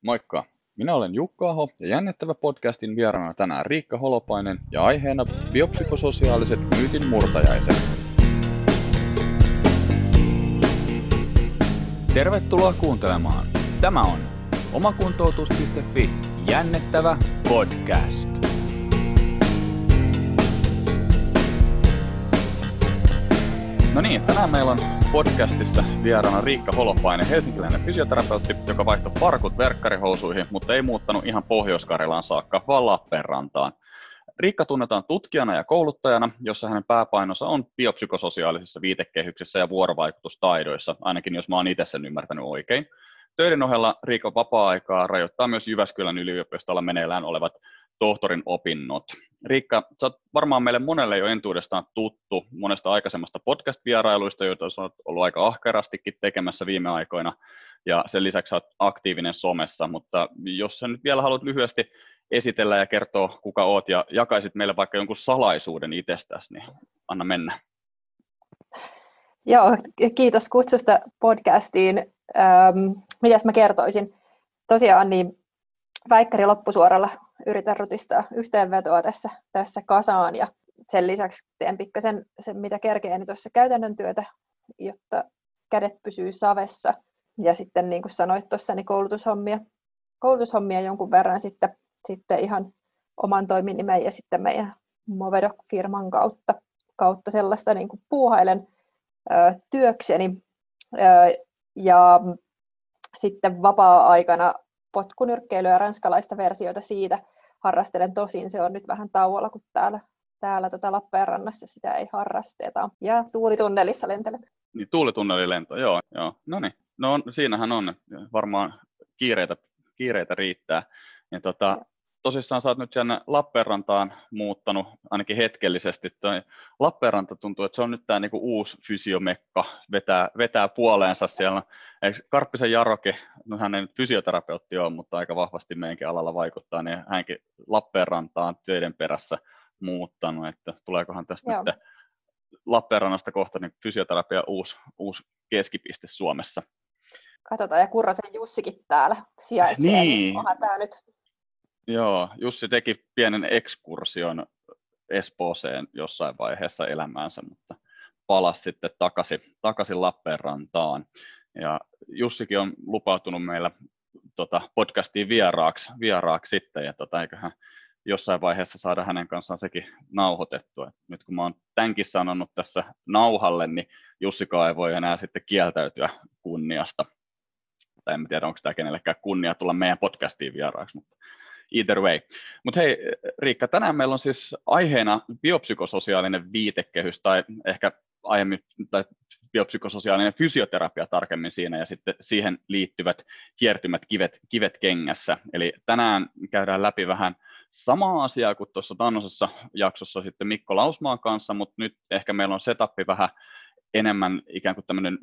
Moikka! Minä olen Jukka Aho ja Jännittävä podcastin vieraana tänään Riikka Holopainen ja aiheena biopsykososiaaliset myytin murtajaiset. Tervetuloa kuuntelemaan. Tämä on omakuntoutus.fi Jännittävä podcast. No niin, tänään meillä on podcastissa vieraana Riikka Holopainen, helsinkiläinen fysioterapeutti, joka vaihtoi farkut verkkarihousuihin, mutta ei muuttanut ihan Pohjois-Karjalaan saakka, vaan Lappeenrantaan. Riikka tunnetaan tutkijana ja kouluttajana, jossa hänen pääpainonsa on biopsykososiaalisessa viitekehyksessä ja vuorovaikutustaidoissa, ainakin jos mä oon itse sen ymmärtänyt oikein. Töiden ohella Riikan vapaa-aikaa rajoittaa myös Jyväskylän yliopistolla meneillään olevat tohtorin opinnot. Riikka, sä oot varmaan meille monelle jo entuudestaan tuttu monesta aikaisemmasta podcast-vierailuista, joita olet ollut aika ahkerastikin tekemässä viime aikoina, ja sen lisäksi olet aktiivinen somessa, mutta jos sä nyt vielä haluat lyhyesti esitellä ja kertoa, kuka oot, ja jakaisit meille vaikka jonkun salaisuuden itsestäsi, niin anna mennä. Joo, kiitos kutsusta podcastiin. Mitäs mä kertoisin? Tosiaan niin väikkäri loppusuoralla yritän rutistaa yhteenvetoa tässä kasaan ja sen lisäksi teen pikkasen sen, mitä kerkeeni tuossa käytännön työtä, jotta kädet pysyy savessa. Ja sitten niin kuin sanoit tuossa, niin koulutushommia jonkun verran sitten ihan oman toiminimen ja sitten meidän Movedoc-firman kautta sellaista niin kuin puuhailen työkseni. Ja sitten vapaa-aikana potkunyrkkeilyä ja ranskalaista versiota siitä harrastelen, tosin se on nyt vähän tauolla, kun täällä Lappeenrannassa sitä ei harrasteta. Ja tuulitunnelissa lentelen. Niin, tuulitunnelilento, joo. No niin, no siinähän on, varmaan kiireitä riittää. Ja tosissaan sä oot nyt sen Lappeenrantaan muuttanut ainakin hetkellisesti. Lappeenranta tuntuu, että se on nyt tämä niinku uusi fysiomekka, vetää puoleensa siellä. Eikö Karppisen Jarokin, no hän ei nyt fysioterapeutti ole, mutta aika vahvasti meidänkin alalla vaikuttaa, niin hänkin Lappeenrantaan töiden perässä muuttanut, että tuleekohan tästä nyt Lappeenrannasta kohta niin fysioterapia uusi keskipiste Suomessa. Katsotaan, ja Kurrosen Jussikin täällä sijaitsee, niin onhan tämä nyt. Joo, Jussi teki pienen ekskursion Espooseen jossain vaiheessa elämäänsä, mutta palasi sitten takaisin Lappeenrantaan. Ja Jussikin on lupautunut meillä podcastiin vieraaksi sitten, ja eiköhän jossain vaiheessa saada hänen kanssaan sekin nauhoitettua. Nyt kun mä oon tämänkin sanonut tässä nauhalle, niin Jussikaan ei voi enää sitten kieltäytyä kunniasta. Tai en tiedä, onko tämä kenellekään kunnia tulla meidän podcastiin vieraaksi, mutta either way. Mutta hei Riikka, tänään meillä on siis aiheena biopsykososiaalinen viitekehys, tai ehkä aiemmin tai biopsykososiaalinen fysioterapia tarkemmin siinä, ja sitten siihen liittyvät hiertymät kivet kengässä. Eli tänään käydään läpi vähän samaa asiaa kuin tuossa taannoisessa jaksossa sitten Mikko Lausmaan kanssa, mutta nyt ehkä meillä on setappi vähän enemmän ikään kuin tämmöinen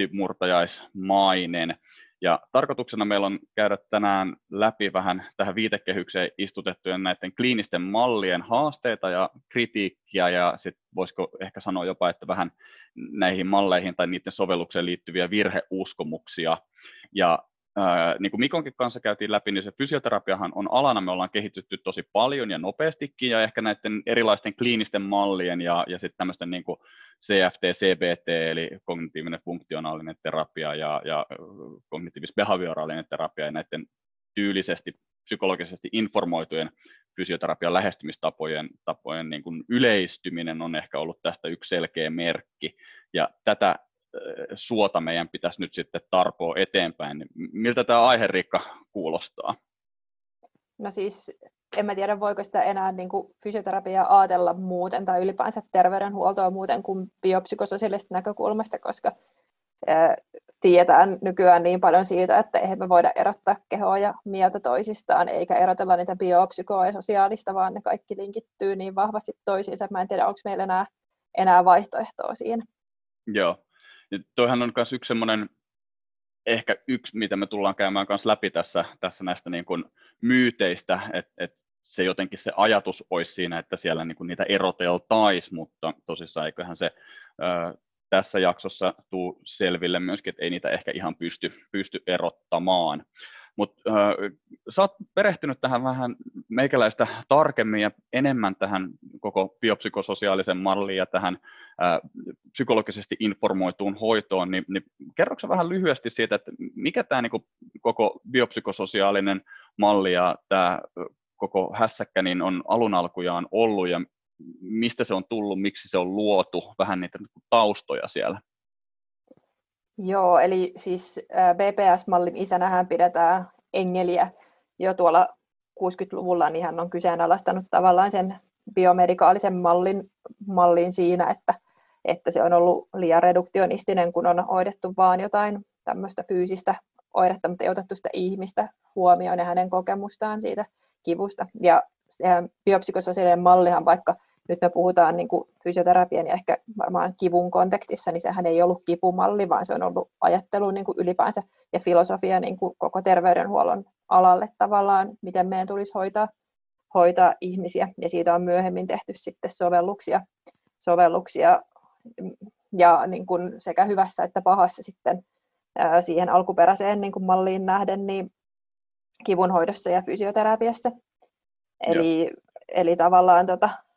myyntimurtajaismainen. Ja tarkoituksena meillä on käydä tänään läpi vähän tähän viitekehykseen istutettujen näiden kliinisten mallien haasteita ja kritiikkiä, ja sitten voisiko ehkä sanoa jopa, että vähän näihin malleihin tai niiden sovellukseen liittyviä virheuskomuksia. Ja niin kuin Mikonkin kanssa käytiin läpi, niin se fysioterapiahan on alana, me ollaan kehitytty tosi paljon ja nopeastikin, ja ehkä näiden erilaisten kliinisten mallien ja sitten tämmöisten niin kuin CFT, CBT, eli kognitiivinen funktionaalinen terapia ja kognitiivis-behavioraalinen terapia ja näiden tyylisesti psykologisesti informoitujen fysioterapian lähestymistapojen niin kuin yleistyminen on ehkä ollut tästä yksi selkeä merkki, ja tätä suota meidän pitäisi nyt sitten tarpoa eteenpäin. Miltä tämä aihe, Riikka, kuulostaa? No siis en mä tiedä, voiko sitä enää niin kuin fysioterapiaa ajatella muuten tai ylipäänsä terveydenhuoltoa muuten kuin biopsykososiaalisesta näkökulmasta, koska tiedetään nykyään niin paljon siitä, että eihän me voida erottaa kehoa ja mieltä toisistaan, eikä erotella niitä biopsykoa ja sosiaalista, vaan ne kaikki linkittyy niin vahvasti toisiinsa. Mä en tiedä, onko meillä enää vaihtoehtoa siinä. Joo. Ja toihan on myös yksi semmoinen, ehkä yksi, mitä me tullaan käymään myös läpi tässä näistä niin kuin myyteistä, että se jotenkin se ajatus olisi siinä, että siellä niin kuin niitä eroteltaisiin, mutta tosissaan eiköhän se tässä jaksossa tuu selville myöskin, että ei niitä ehkä ihan pysty erottamaan. Mutta sä oot perehtynyt tähän vähän meikäläistä tarkemmin ja enemmän tähän koko biopsykososiaalisen malliin ja tähän psykologisesti informoituun hoitoon, niin kerroksä sä vähän lyhyesti siitä, että mikä tämä niinku koko biopsykososiaalinen malli ja tämä koko hässäkkä niin on alun alkujaan ollut ja mistä se on tullut, miksi se on luotu, vähän niitä taustoja siellä. Joo, eli siis BPS-mallin isänähän pidetään Engeliä jo tuolla 60-luvulla, niin hän on kyseenalaistanut tavallaan sen biomedikaalisen mallin siinä, että se on ollut liian reduktionistinen, kun on hoidettu vaan jotain tämmöistä fyysistä oiretta, mutta ei otettu sitä ihmistä huomioon ja hänen kokemustaan siitä kivusta. Ja se biopsykososiaalinen mallihan, vaikka nyt me puhutaan niin kuin fysioterapian ja ehkä varmaan kivun kontekstissa, niin sehän ei ollut kipumalli, vaan se on ollut ajattelu niin kuin ylipäänsä ja filosofia niin kuin koko terveydenhuollon alalle tavallaan, miten meidän tulisi hoitaa ihmisiä. Ja siitä on myöhemmin tehty sitten sovelluksia ja niin kuin sekä hyvässä että pahassa sitten siihen alkuperäiseen niin kuin malliin nähden niin kivunhoidossa ja fysioterapiassa. Eli tavallaan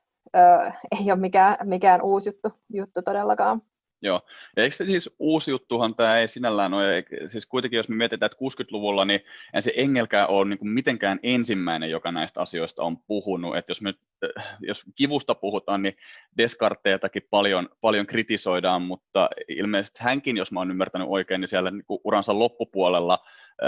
ei ole mikään uusi juttu todellakaan. Joo, ja eikö se siis uusi juttuhan tämä ei sinällään ole, siis kuitenkin jos me mietitään, että 60-luvulla, niin ei se Engelkään ole niin kuin mitenkään ensimmäinen, joka näistä asioista on puhunut, että jos kivusta puhutaan, niin Descartesiakin paljon kritisoidaan, mutta ilmeisesti hänkin, jos mä oon ymmärtänyt oikein, niin siellä niin kuin uransa loppupuolella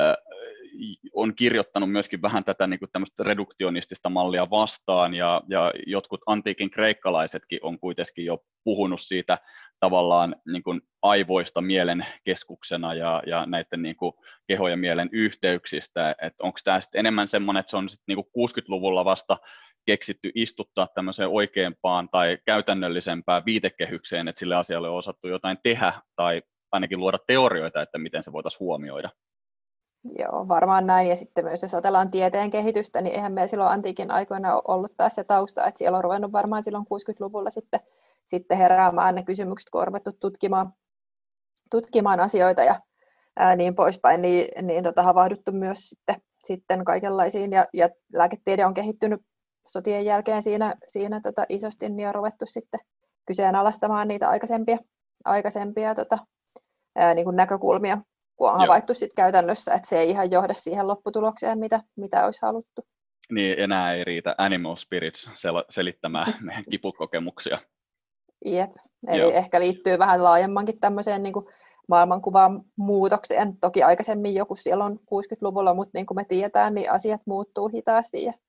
on kirjoittanut myöskin vähän tätä niin kuin tämmöistä reduktionistista mallia vastaan, ja jotkut antiikin kreikkalaisetkin on kuitenkin jo puhunut siitä tavallaan niin kuin aivoista mielen keskuksena ja näiden niin kuin kehon ja mielen yhteyksistä, että onko tämä sitten enemmän semmoinen, että se on sitten niin kuin 60-luvulla vasta keksitty istuttaa tämmöiseen oikeampaan tai käytännöllisempään viitekehykseen, että sille asialle on osattu jotain tehdä tai ainakin luoda teorioita, että miten se voitaisiin huomioida. Joo, varmaan näin. Ja sitten myös jos ajatellaan tieteen kehitystä, niin eihän meillä silloin antiikin aikoina ole ollut taas se tausta, että siellä on ruvennut varmaan silloin 60-luvulla sitten heräämään ne kysymykset, kun on ruvettu tutkimaan asioita ja niin poispäin, niin havahduttu myös sitten kaikenlaisiin, ja lääketiede on kehittynyt sotien jälkeen siinä isosti, niin on ruvettu sitten kyseenalaistamaan niitä aikaisempia niin kuin näkökulmia, kun on havaittu sit käytännössä, että se ei ihan johda siihen lopputulokseen, mitä olisi haluttu. Niin, enää ei riitä animal spirits selittämään meidän kipukokemuksia. Jep, eli ehkä liittyy vähän laajemmankin tämmöiseen niin kuin maailmankuvan muutokseen. Toki aikaisemmin joku silloin 60-luvulla, mutta niin kuin me tiedetään, niin asiat muuttuu hitaasti ja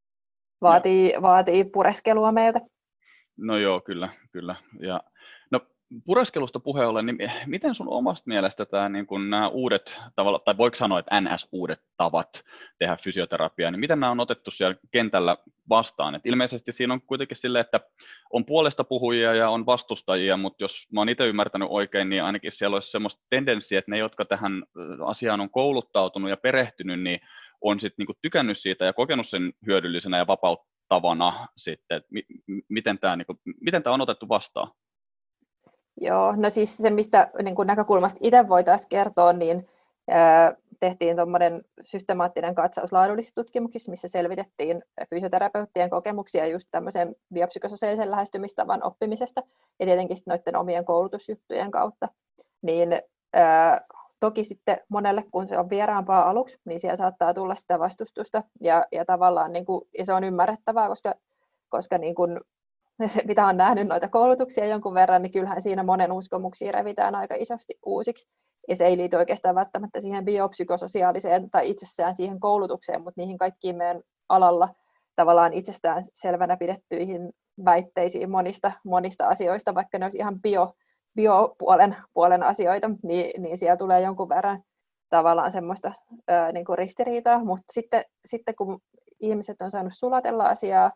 vaatii pureskelua meiltä. No joo, kyllä. Ja, no, pureskelusta puheen ollen, niin miten sun omasta mielestä niin kun nämä uudet tavalla, tai voiko sanoa, että NS-uudet tavat tehdä fysioterapiaa, niin miten nämä on otettu siellä kentällä vastaan? Et ilmeisesti siinä on kuitenkin silleen, että on puolesta puhujia ja on vastustajia, mutta jos mä oon itse ymmärtänyt oikein, niin ainakin siellä olisi semmoista tendenssiä, että ne, jotka tähän asiaan on kouluttautunut ja perehtynyt, niin on sitten niinku tykännyt siitä ja kokenut sen hyödyllisenä ja vapauttavana sitten, miten tämä on otettu vastaan? Joo, no siis se, mistä niin kuin näkökulmasta itse voitaisiin kertoa, niin tehtiin tuommoinen systemaattinen katsaus laadullisissa tutkimuksissa, missä selvitettiin fysioterapeuttien kokemuksia just tämmöisen biopsykososiaalisen lähestymistavan oppimisesta ja tietenkin noiden omien koulutusjuttujen kautta. Niin toki sitten monelle, kun se on vieraampaa aluksi, niin siellä saattaa tulla sitä vastustusta ja tavallaan niin kuin, ja se on ymmärrettävää, koska niin kuin, se, mitä on nähnyt noita koulutuksia jonkun verran, niin kyllähän siinä monen uskomuksia revitään aika isosti uusiksi. Ja se ei liity oikeastaan välttämättä siihen biopsykososiaaliseen tai itsessään siihen koulutukseen, mutta niihin kaikkiin meidän alalla tavallaan itsestään selvänä pidettyihin väitteisiin monista asioista, vaikka ne olisi ihan biopuolen asioita, niin siellä tulee jonkun verran tavallaan semmoista niin kuin ristiriitaa. Mutta sitten kun ihmiset on saanut sulatella asiaa,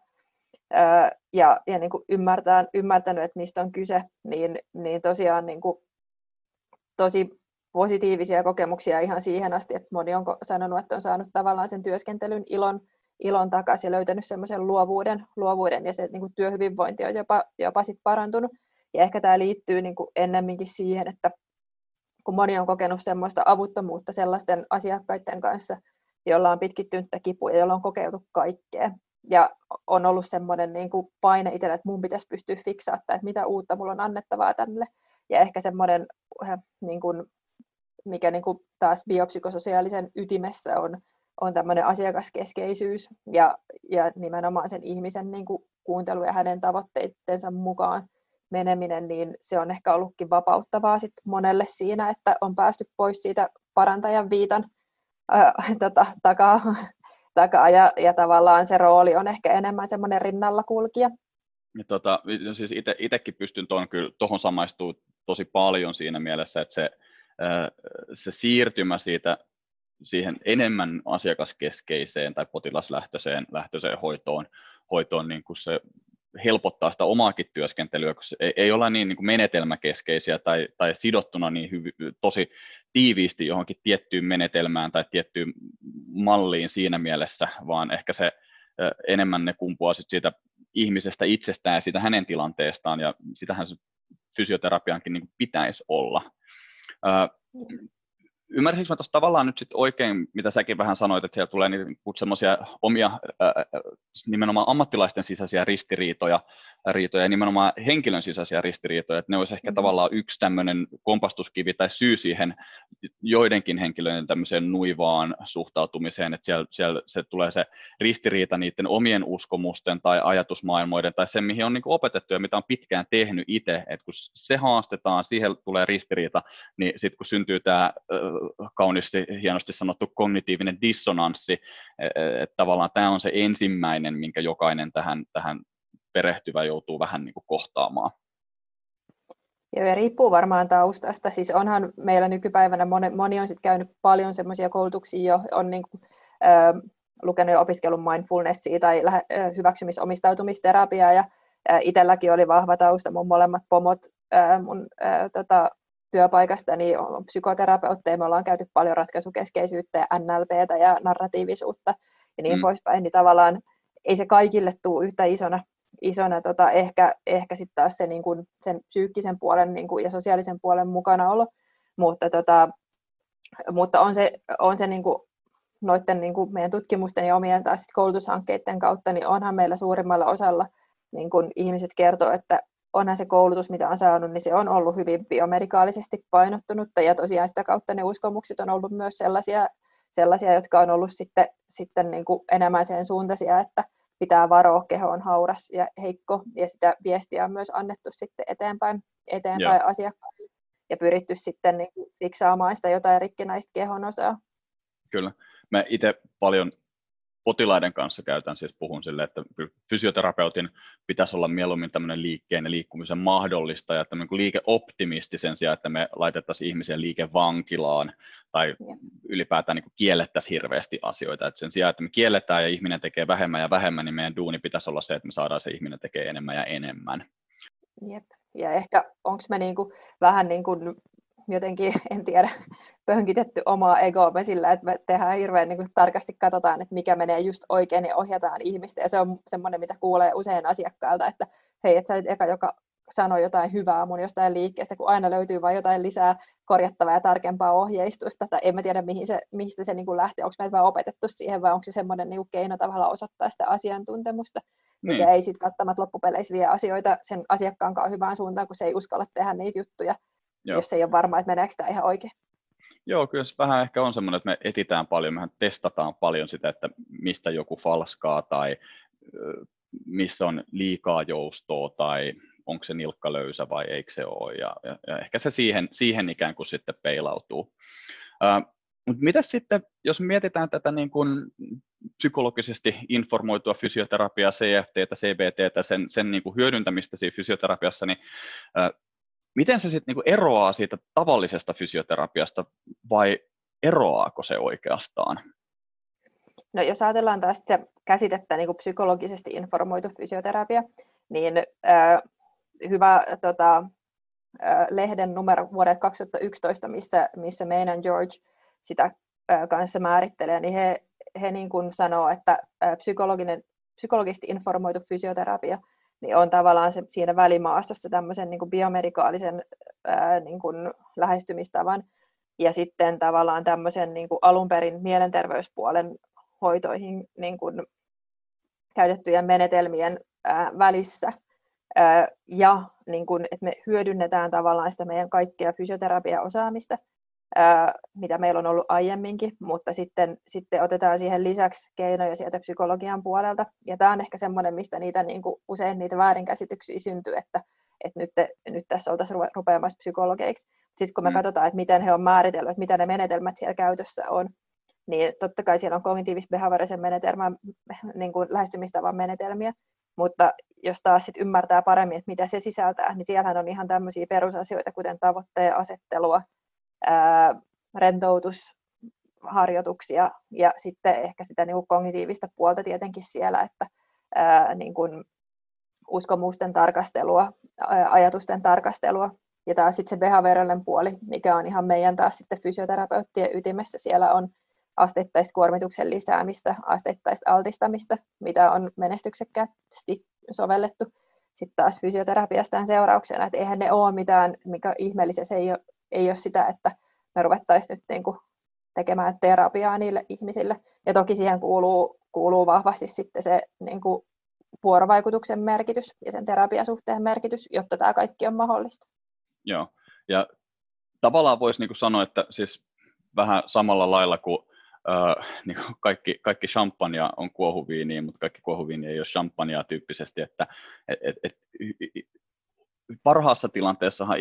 ja niin kuin ymmärtänyt, että mistä on kyse, niin tosiaan niin kuin tosi positiivisia kokemuksia ihan siihen asti, että moni on sanonut, että on saanut tavallaan sen työskentelyn ilon takaisin ja löytänyt semmoisen luovuuden ja se niin kuin työhyvinvointi on jopa sit parantunut. Ja ehkä tämä liittyy niin kuin ennemminkin siihen, että kun moni on kokenut semmoista avuttomuutta sellaisten asiakkaiden kanssa, jolla on pitkittynyttä kipua ja jolla on kokeiltu kaikkea. Ja on ollut semmoinen niin kuin paine itselle, että mun pitäisi pystyä fiksaamaan, että mitä uutta mulla on annettavaa tänne. Ja ehkä semmoinen, niin kuin, mikä niin kuin taas biopsykososiaalisen ytimessä on tämmöinen asiakaskeskeisyys ja nimenomaan sen ihmisen niin kuin kuuntelu ja hänen tavoitteittensa mukaan meneminen, niin se on ehkä ollutkin vapauttavaa sit monelle siinä, että on päästy pois siitä parantajan viitan takaa ja tavallaan se rooli on ehkä enemmän semmoinen rinnallakulkija. Ja siis itsekin pystyn tuohon samaistumaan tosi paljon siinä mielessä, että se siirtymä siihen enemmän asiakaskeskeiseen tai potilaslähtöiseen hoitoon niin kuin se helpottaa sitä omaakin työskentelyä, kun se ei olla niin kuin menetelmäkeskeisiä tai sidottuna niin tosi tiiviisti johonkin tiettyyn menetelmään tai tiettyyn malliin siinä mielessä, vaan ehkä se enemmän ne kumpuaa siitä ihmisestä itsestään ja siitä hänen tilanteestaan, ja sitähän se fysioterapiankin niin kuin pitäisi olla. Ymmärsinkö mä tuossa tavallaan nyt sitten oikein, mitä säkin vähän sanoit, että siellä tulee semmoisia omia nimenomaan ammattilaisten sisäisiä ristiriitoja ja nimenomaan henkilön sisäisiä ristiriitoja, että ne olisi ehkä tavallaan yksi tämmöinen kompastuskivi tai syy siihen joidenkin henkilöiden tämmöiseen nuivaan suhtautumiseen, että siellä se tulee se ristiriita niiden omien uskomusten tai ajatusmaailmoiden tai sen, mihin on niin kuin opetettu ja mitä on pitkään tehnyt itse, että kun se haastetaan, siihen tulee ristiriita, niin sitten kun syntyy tämä kauniisti, hienosti sanottu kognitiivinen dissonanssi, että tavallaan tämä on se ensimmäinen, minkä jokainen tähän perehtyvä joutuu vähän niin kuin kohtaamaan. Joo, ja riippuu varmaan taustasta. Siis onhan meillä nykypäivänä moni on sitten käynyt paljon semmoisia koulutuksia jo, on niin kuin, lukenut ja opiskellut mindfulnessia tai hyväksymisomistautumisterapiaa, ja itselläkin oli vahva tausta. Mun molemmat pomot mun työpaikasta niin on psykoterapeutteja, me ollaan käyty paljon ratkaisukeskeisyyttä ja NLPtä ja narratiivisuutta ja niin poispäin, niin tavallaan ei se kaikille tule yhtä isona ehkä sitten taas se, niin kun, sen psyykkisen puolen niin kun, ja sosiaalisen puolen mukanaolo, mutta on se niin kun, noiden niin kun meidän tutkimusten ja omien taas koulutushankkeiden kautta, niin onhan meillä suurimmalla osalla niin kun ihmiset kertoo, että onhan se koulutus, mitä on saanut, niin se on ollut hyvin biomedikaalisesti painottunutta, ja tosiaan sitä kautta ne uskomukset on ollut myös sellaisia jotka on ollut sitten niin kuin enemmän sen suuntaisia, että pitää varoa, keho on hauras ja heikko, ja sitä viestiä on myös annettu sitten eteenpäin asiakkaille, ja pyritty sitten niin kuin fiksaamaan sitä jotain rikkinäistä kehon osaa. Kyllä. Mä itse paljon potilaiden kanssa puhun silleen, että fysioterapeutin pitäisi olla mieluummin tämmöinen liikkeen ja liikkumisen mahdollistaja, että tämmöinen liikeoptimisti sen sijaan, että me laitettaisiin ihmisiä liikevankilaan tai ylipäätään niin kuin kiellettäisiin hirveästi asioita. Että sen sijaan, että me kielletään ja ihminen tekee vähemmän ja vähemmän, niin meidän duuni pitäisi olla se, että me saadaan se ihminen tekee enemmän ja enemmän. Jep. Ja ehkä onko me niinku, vähän niin kuin jotenkin, en tiedä, pönkitetty omaa egoamme sillä, että me tehdään hirveän niin kuin tarkasti, katsotaan, että mikä menee just oikein ja ohjataan ihmistä. Ja se on semmoinen, mitä kuulee usein asiakkailta, että hei, et sä olit eka, joka sanoi jotain hyvää mun jostain liikkeestä, kun aina löytyy vain jotain lisää korjattavaa ja tarkempaa ohjeistusta. Tai en mä tiedä, mistä se niin kuin lähtee. Onko meitä vaan opetettu siihen, vai onko se semmoinen niin kuin keino tavallaan osoittaa sitä asiantuntemusta, mikä ei sitten välttämättä loppupeleissä vie asioita sen asiakkaan kanssa hyvään suuntaan, kun se ei uskalla tehdä niitä juttuja. Joo. Jos ei ole varma, että meneekö tämä ihan oikein. Joo, kyllä se vähän ehkä on semmoinen, että me etsitään paljon, mehän testataan paljon sitä, että mistä joku falskaa tai missä on liikaa joustoa tai onko se nilkka löysä vai eikö se ole, ja ehkä se siihen ikään kuin sitten peilautuu. Mutta mitäs sitten, jos mietitään tätä niin kuin psykologisesti informoitua fysioterapiaa, CFT:tä, CBT:tä, sen niin kuin hyödyntämistä siinä fysioterapiassa, niin miten se sitten niinku eroaa siitä tavallisesta fysioterapiasta, vai eroaako se oikeastaan? No jos ajatellaan taas sitä käsitettä niin kuin psykologisesti informoitu fysioterapia, niin hyvä lehden numero vuodelta 2011, missä meidän George sitä kanssa määrittelee, niin he niin kuin sanoo, että psykologisesti informoitu fysioterapia niin on tavallaan siinä välimaastossa tämmöisen niin kuin biomedikaalisen niin kuin lähestymistavan ja sitten tavallaan tämmöisen niin kuin alun perin mielenterveyspuolen hoitoihin niin kuin käytettyjen menetelmien välissä. Ja niin kun, että me hyödynnetään tavallaan sitä meidän kaikkea fysioterapiaosaamista, mitä meillä on ollut aiemminkin, mutta sitten otetaan siihen lisäksi keinoja sieltä psykologian puolelta. Ja tämä on ehkä semmoinen, mistä niin kuin usein niitä väärinkäsityksiä syntyy, että nyt tässä oltaisiin rupeamassa psykologeiksi. Sitten kun me katsotaan, että miten he on määritellyt, että mitä ne menetelmät siellä käytössä on, niin totta kai siellä on kognitiivis-behaviorisen menetelmän niin kuin lähestymistavan menetelmiä, mutta jos taas sit ymmärtää paremmin, että mitä se sisältää, niin siellähän on ihan tämmöisiä perusasioita, kuten tavoitteen asettelua, rentoutusharjoituksia ja sitten ehkä sitä niin kuin kognitiivista puolta tietenkin siellä, että niin kuin uskomusten tarkastelua, ajatusten tarkastelua. Ja taas sitten se behaviorallinen puoli, mikä on ihan meidän taas sitten fysioterapeuttien ytimessä, siellä on asteittaista kuormituksen lisäämistä, asteittaista altistamista, mitä on menestyksekkäästi sovellettu sitten taas fysioterapiasta tämän seurauksena, että eihän ne ole mitään, mikä ihmeellisessä ei ole sitä, että me ruvettaisiin nyt niin kuin tekemään terapiaa niille ihmisille. Ja toki siihen kuuluu vahvasti sitten se niin kuin vuorovaikutuksen merkitys ja sen terapiasuhteen merkitys, jotta tämä kaikki on mahdollista. Joo, ja tavallaan voisi niin kuin sanoa, että siis vähän samalla lailla kuin niin kuin kaikki champagnea on kuohuviiniä, mutta kaikki kuohuviini ei ole champagnea tyyppisesti, että parhaassa tilanteessahan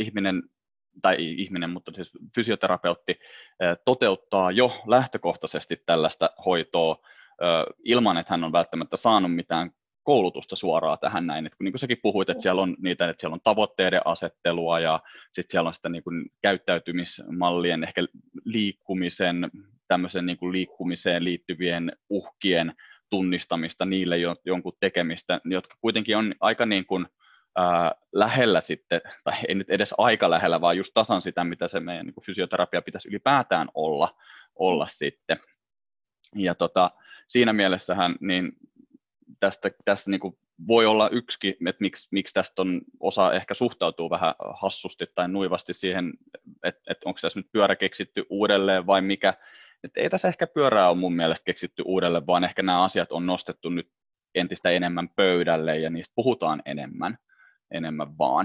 mutta siis fysioterapeutti toteuttaa jo lähtökohtaisesti tällaista hoitoa ilman, että hän on välttämättä saanut mitään koulutusta suoraan tähän näin, että niin kuin säkin puhuit, että siellä on niitä, että siellä on tavoitteiden asettelua ja sitten siellä on sitä niin kuin käyttäytymismallien, ehkä liikkumisen, tämmöisen niin kuin liikkumiseen liittyvien uhkien tunnistamista, niille jonkun tekemistä, jotka kuitenkin on aika niin kuin lähellä sitten, tai ei nyt edes aika lähellä, vaan just tasan sitä, mitä se meidän niin kuin fysioterapia pitäisi ylipäätään olla sitten. Ja siinä mielessähän niin tästä niin kuin voi olla yksikin, että miksi tästä on osa ehkä suhtautuu vähän hassusti tai nuivasti siihen, että onko tässä nyt pyörä keksitty uudelleen vai mikä. Että ei tässä ehkä pyörää ole mun mielestä keksitty uudelleen, vaan ehkä nämä asiat on nostettu nyt entistä enemmän pöydälle ja niistä puhutaan enemmän vaan.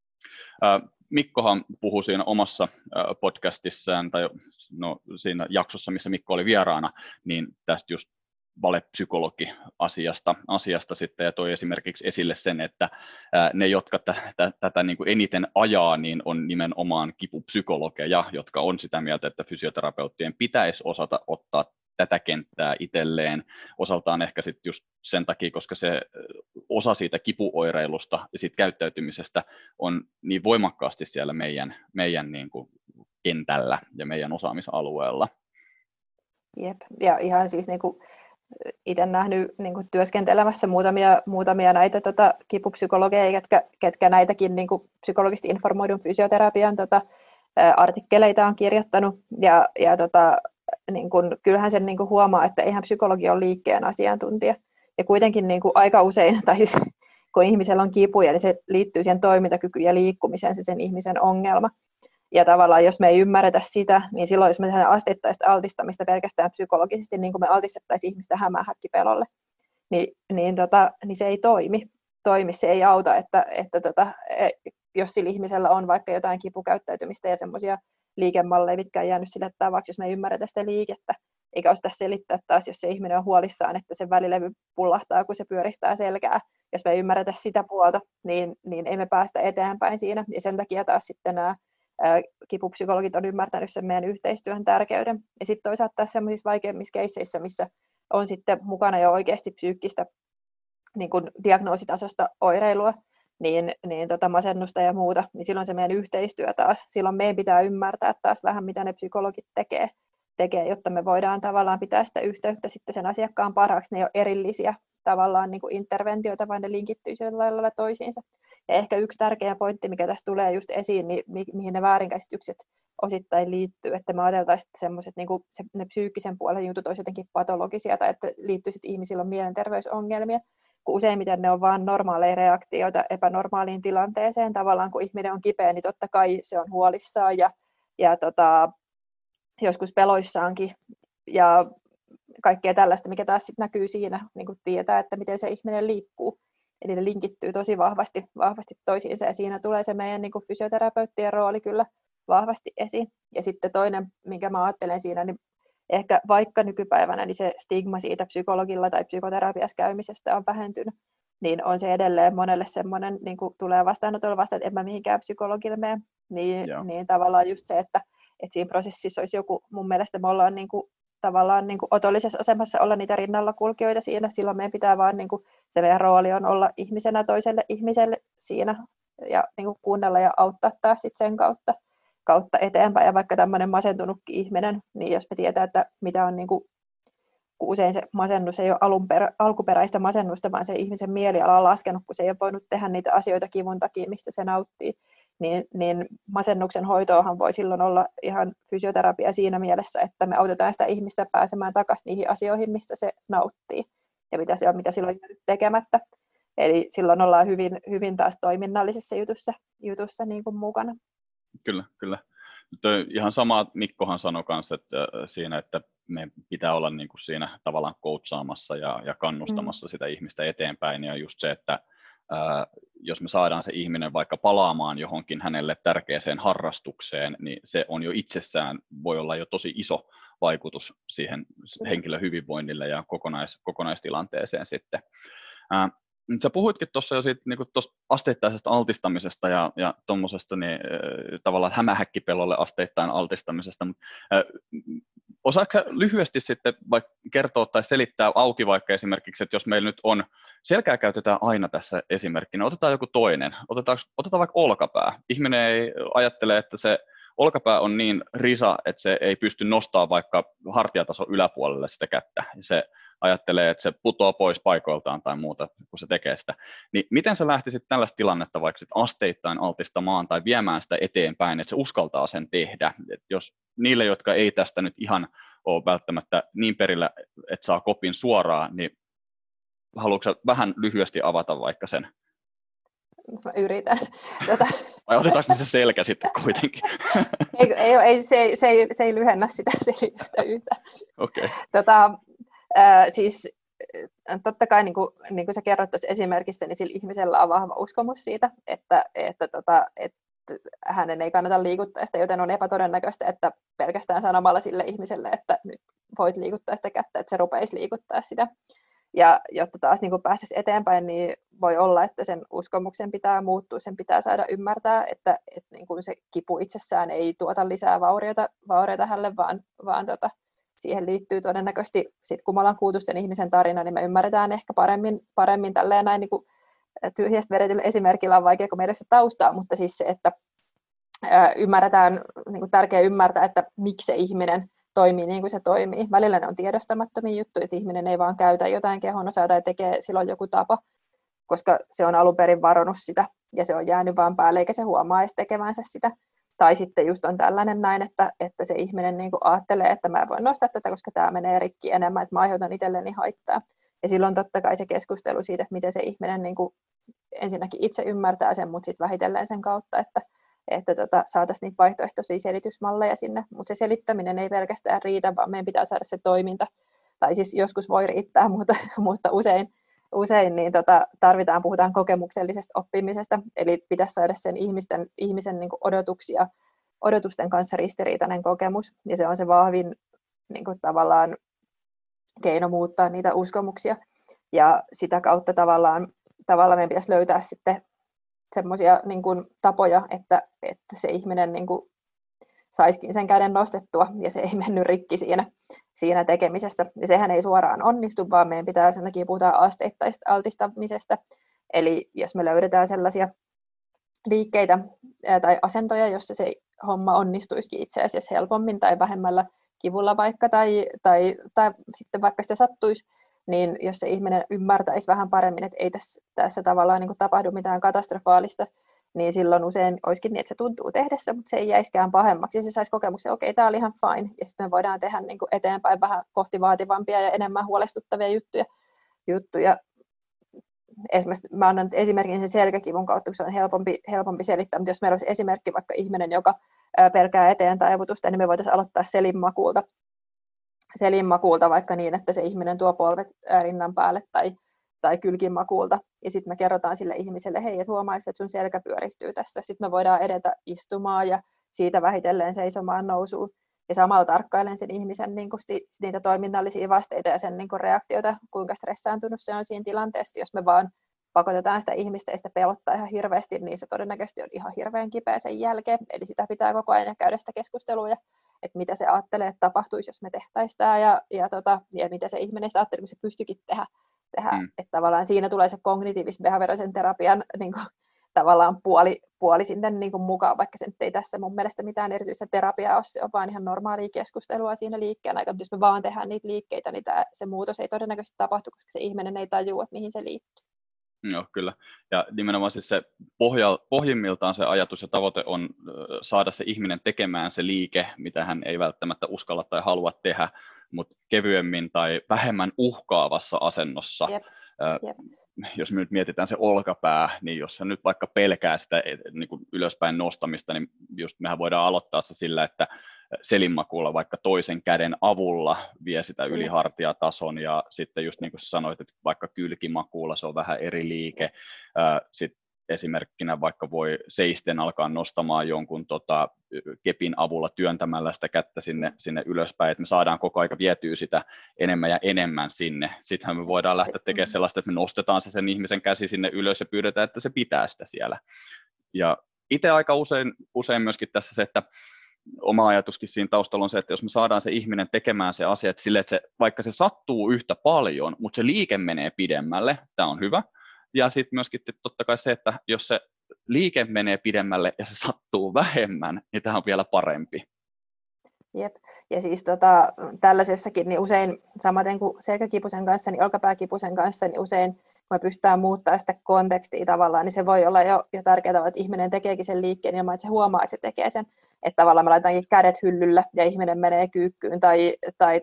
Mikkohan puhui siinä omassa podcastissaan, tai siinä jaksossa, missä Mikko oli vieraana, niin tästä just valepsykologi-asiasta sitten, ja toi esimerkiksi esille sen, että ne, jotka tätä niin kuin eniten ajaa, niin on nimenomaan kipupsykologeja, jotka on sitä mieltä, että fysioterapeuttien pitäisi osata ottaa tätä kenttää itselleen, osaltaan ehkä sitten just sen takia, koska se osa siitä kipuoireilusta ja siitä käyttäytymisestä on niin voimakkaasti siellä meidän niin kuin kentällä ja meidän osaamisalueella. Jep, ja ihan siis niin kuin itse nähnyt niin kuin työskentelemässä muutamia näitä kipupsykologeja, ketkä näitäkin niin kuin psykologisesti informoidun fysioterapian artikkeleita on kirjoittanut, ja niin kun, kyllähän sen niin kun huomaa, että eihän psykologi ole liikkeen asiantuntija. Ja kuitenkin niin kun aika usein, tai siis, kun ihmisellä on kipuja, niin se liittyy siihen toimintakykyyn ja liikkumiseen, se sen ihmisen ongelma. Ja tavallaan, jos me ei ymmärretä sitä, niin silloin, jos me tehdään asteittaista altistamista pelkästään psykologisesti, niin kuin me altistettaisiin ihmistä hämähäkkipelolle, niin se ei toimi. Se ei auta, että jos sillä ihmisellä on vaikka jotain kipukäyttäytymistä ja semmoisia liikemalleja, mitkä on jäänyt sille tavaksi, jos me ei ymmärretä sitä liikettä, eikä osata selittää taas, jos se ihminen on huolissaan, että se välilevy pullahtaa, kun se pyöristää selkää. Jos me ei ymmärretä sitä puolta, niin ei me päästä eteenpäin siinä. Ja sen takia taas sitten nämä kipupsykologit on ymmärtänyt sen meidän yhteistyön tärkeyden. Ja sitten toisaalta taas sellaisissa vaikeimmissa keisseissä, missä on sitten mukana jo oikeasti psyykkistä niin kuin diagnoositasosta oireilua, niin masennusta ja muuta, niin silloin se meidän yhteistyö taas, silloin meidän pitää ymmärtää taas vähän, mitä ne psykologit tekee, jotta me voidaan tavallaan pitää sitä yhteyttä sitten sen asiakkaan parhaaksi. Ne ei ole erillisiä tavallaan niin kuin interventioita, vaan ne linkittyy sillä lailla toisiinsa. Ja ehkä yksi tärkeä pointti, mikä tässä tulee just esiin, niin mihin ne väärinkäsitykset osittain liittyy, että me ajateltaisiin, että semmoiset niin kuin ne psyykkisen puolen jutut olisi jotenkin patologisia, tai että liittyy sitten ihmisillä on mielenterveysongelmia, kun useimmiten ne on vain normaaleja reaktioita epänormaaliin tilanteeseen. Tavallaan kun ihminen on kipeä, niin totta kai se on huolissaan ja joskus peloissaankin ja kaikkea tällaista, mikä taas sit näkyy siinä, niin kuin tietää, että miten se ihminen liikkuu. Eli ne linkittyy tosi vahvasti toisiinsa ja siinä tulee se meidän niin kuin fysioterapeuttien rooli kyllä vahvasti esiin. Ja sitten toinen, minkä mä ajattelen siinä, niin ehkä vaikka nykypäivänä niin se stigma siitä psykologilla tai psykoterapiassa käymisestä on vähentynyt, niin on se edelleen monelle semmoinen, niin kuin tulee vastaanotolla vasta, että en mä mihinkään psykologille mene. Niin tavallaan just se, että siinä prosessissa olisi joku, mun mielestä me ollaan niin kuin, tavallaan niin kuin otollisessa asemassa olla niitä rinnalla kulkijoita siinä. Silloin meidän pitää vaan, niin kuin, se meidän rooli on olla ihmisenä toiselle ihmiselle siinä ja niin kuin kuunnella ja auttaa taas sit sen kautta eteenpäin. Ja vaikka tämmöinen masentunutkin ihminen, niin jos me tietää, että mitä on, niin kuin, usein se masennus ei ole alkuperäistä masennusta, vaan se ihmisen mieliala on laskenut, kun se ei ole voinut tehdä niitä asioita kivun takia, mistä se nauttii. Niin masennuksen hoitoahan voi silloin olla ihan fysioterapia siinä mielessä, että me autetaan sitä ihmistä pääsemään takaisin niihin asioihin, mistä se nauttii ja mitä silloin jäänyt tekemättä. Eli silloin ollaan hyvin taas toiminnallisessa jutussa niin kuin mukana. Kyllä. Ihan sama Mikkohan sanoi kanssa, että siinä, että me pitää olla niin kuin siinä tavallaan coachaamassa ja kannustamassa sitä ihmistä eteenpäin. Ja just se, että jos me saadaan se ihminen vaikka palaamaan johonkin hänelle tärkeäseen harrastukseen, niin se on jo itsessään, voi olla jo tosi iso vaikutus siihen henkilön hyvinvoinnille ja kokonaistilanteeseen sitten. Sä puhuitkin tuossa jo siitä, niin tuosta asteittaisesta altistamisesta ja tuommoisesta niin, tavallaan hämähäkkipelolle asteittain altistamisesta, mutta osaatko lyhyesti sitten vaikka kertoa tai selittää auki vaikka esimerkiksi, että jos meillä nyt on, selkää käytetään aina tässä esimerkkinä, otetaan joku toinen, otetaan vaikka olkapää. Ihminen ei ajattele, että se olkapää on niin risa, että se ei pysty nostamaan vaikka hartiatason yläpuolelle sitä kättä. Se ajattelee, että se putoaa pois paikoiltaan tai muuta, kun se tekee sitä. Niin miten sä lähtisit tällaista tilannetta vaikka sit asteittain altistamaan tai viemään sitä eteenpäin, että se uskaltaa sen tehdä? Et jos niille, jotka ei tästä nyt ihan ole välttämättä niin perillä, että saa kopin suoraan, niin haluatko sä vähän lyhyesti avata vaikka sen? Mä yritän. Vai otetaanko me se selkä sitten kuitenkin? Se ei lyhennä sitä selitystä yhtään. Okay. Siis totta kai, niin kuin sä kerrot tuossa esimerkissä, niin sillä ihmisellä on vahva uskomus siitä, että hänen ei kannata liikuttaa sitä, joten on epätodennäköistä, että pelkästään sanomalla sille ihmiselle, että nyt voit liikuttaa sitä kättä, että se rupeisi liikuttaa sitä. Ja jotta taas niin pääsisi eteenpäin, niin voi olla, että sen uskomuksen pitää muuttua, sen pitää saada ymmärtää, että niin kuin se kipu itsessään ei tuota lisää vaurioita hänelle, vaan siihen liittyy todennäköisesti, sit kun me ollaan kuultu sen ihmisen tarina, niin me ymmärretään ehkä paremmin tälleen näin niin kuin tyhjästä vedetyllä esimerkillä on vaikea, kun meillä se taustaa, mutta siis se, että ymmärretään, niin kuin tärkeää ymmärtää, että miksi se ihminen toimii niin kuin se toimii. Välillä ne on tiedostamattomia juttuja, että ihminen ei vaan käytä jotain kehonosaa tai tekee silloin joku tapa, koska se on alun perin varonnut sitä ja se on jäänyt vaan päälle eikä se huomaa edes tekevänsä sitä. Tai sitten just on tällainen näin, että se ihminen niin kuin ajattelee, että mä en voi nostaa tätä, koska tämä menee rikki enemmän, että mä aiheutan itselleni haittaa. Ja silloin totta kai se keskustelu siitä, että miten se ihminen niin kuin ensinnäkin itse ymmärtää sen, mutta sitten vähitellen sen kautta, että saataisiin niitä vaihtoehtoisia selitysmalleja sinne. Mutta se selittäminen ei pelkästään riitä, vaan meidän pitää saada se toiminta. Tai siis joskus voi riittää, mutta usein niin puhutaan kokemuksellisesta oppimisesta. Eli pitäisi saada sen ihmisen niin kuin odotusten kanssa ristiriitainen kokemus. Ja se on se vahvin niin kuin tavallaan keino muuttaa niitä uskomuksia. Ja sitä kautta tavallaan meidän pitäisi löytää sitten semmoisia niin kuin tapoja, että se ihminen niin kuin saisikin sen käden nostettua ja se ei mennyt rikki siinä tekemisessä. Ja sehän ei suoraan onnistu, vaan meidän pitää sen takia puhutaan asteittaista altistamisesta. Eli jos me löydetään sellaisia liikkeitä tai asentoja, jossa se homma onnistuisikin itse asiassa helpommin tai vähemmällä kivulla vaikka, tai sitten vaikka sitä sattuisi, niin jos se ihminen ymmärtäisi vähän paremmin, että ei tässä tavallaan niin kuin tapahdu mitään katastrofaalista, niin silloin usein olisikin niin, että se tuntuu tehdessä, mutta se ei jäiskään pahemmaksi. Ja se saisi kokemuksen, okei, tämä oli ihan fine. Ja sitten me voidaan tehdä niin kuin eteenpäin vähän kohti vaativampia ja enemmän huolestuttavia juttuja. Esimerkiksi mä annan esimerkin sen selkäkivun kautta, kun se on helpompi selittää, mutta jos meillä olisi esimerkki vaikka ihminen, joka pelkää eteen taivutusta, niin me voitaisiin aloittaa selinmakuulta vaikka niin, että se ihminen tuo polvet rinnan päälle tai kylkimakuulta. Ja sitten me kerrotaan sille ihmiselle, hei, et huomaisi, että sun selkä pyöristyy tässä. Sitten me voidaan edetä istumaan ja siitä vähitellen seisomaan nousuun. Ja samalla tarkkailen sen ihmisen niin niitä toiminnallisia vasteita ja sen niin reaktioita, kuinka stressaantunut se on siinä tilanteessa. Jos me vaan pakotetaan sitä ihmistä ja sitä pelottaa ihan hirveästi, niin se todennäköisesti on ihan hirveän kipeä sen jälkeen. Eli sitä pitää koko ajan käydä sitä keskustelua, että mitä se ajattelee, että tapahtuisi, jos me tehtäisiin tämä, ja mitä se ihminen sitä ajattelee, kun se pystyikin tehdä. Että tavallaan siinä tulee se kognitiivis-behaviorisen terapian niin kuin, tavallaan puoli sinne niin kuin mukaan, vaikka se ei tässä mun mielestä mitään erityistä terapiaa ole, se on vaan ihan normaalia keskustelua siinä liikkeen aikana. Jos me vaan tehdään niitä liikkeitä, niin se muutos ei todennäköisesti tapahtu, koska se ihminen ei tajua, että mihin se liittyy. Joo, kyllä. Ja nimenomaan siis se pohjimmiltaan se ajatus ja tavoite on saada se ihminen tekemään se liike, mitä hän ei välttämättä uskalla tai halua tehdä, mutta kevyemmin tai vähemmän uhkaavassa asennossa. Jep. Jos me nyt mietitään se olkapää, niin jos hän nyt vaikka pelkää sitä niin kuin ylöspäin nostamista, niin just mehän voidaan aloittaa se sillä, että selinmakuulla vaikka toisen käden avulla vie sitä ylihartiatason, ja sitten just niin kuin sanoit, että vaikka kylkimakuulla se on vähän eri liike. Sitten esimerkkinä vaikka voi seisten alkaa nostamaan jonkun kepin avulla työntämällä sitä kättä sinne ylöspäin, että me saadaan koko aika vietyä sitä enemmän ja enemmän sinne. Sittenhän me voidaan lähteä tekemään sellaista, että me nostetaan sen ihmisen käsi sinne ylös ja pyydetään, että se pitää sitä siellä. Ja itse aika usein myöskin tässä se, että oma ajatuskin siinä taustalla on se, että jos me saadaan se ihminen tekemään se asia, että sille, että vaikka se sattuu yhtä paljon, mutta se liike menee pidemmälle, tämä on hyvä. Ja sitten myöskin totta kai se, että jos se liike menee pidemmälle ja se sattuu vähemmän, niin tämä on vielä parempi. Jep. Ja siis tällaisessakin niin usein, samaten kuin selkäkipusen kanssa, niin olkapääkipusen kanssa, niin usein kun me pystytään muuttamaan sitä kontekstia tavallaan, niin se voi olla jo tärkeää, että ihminen tekeekin sen liikkeen ilman, että se huomaa, että se tekee sen. Että tavallaan me laitaankin kädet hyllyllä ja ihminen menee kyykkyyn tai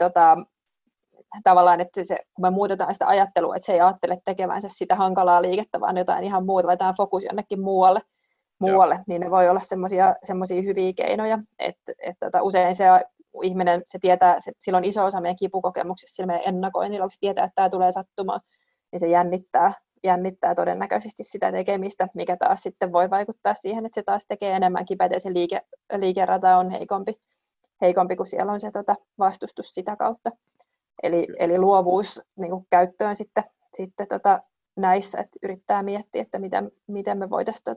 tavallaan, että kun me muutetaan sitä ajattelua, että se ei ajattele tekevänsä sitä hankalaa liikettä, vaan jotain ihan muuta, laitetaan fokus jonnekin muualle, niin ne voi olla semmoisia hyviä keinoja, että usein se ihminen, se tietää, sillä on iso osa meidän kipukokemuksessa, sillä meidän ennakoinnilla, kun se tietää, että tämä tulee sattumaan, niin se jännittää todennäköisesti sitä tekemistä, mikä taas sitten voi vaikuttaa siihen, että se taas tekee enemmän kipeätä ja se liikerata on heikompi, kun siellä on se vastustus sitä kautta. Eli luovuus niin kuin käyttöön sitten näissä, että yrittää miettiä, että miten me voitaisiin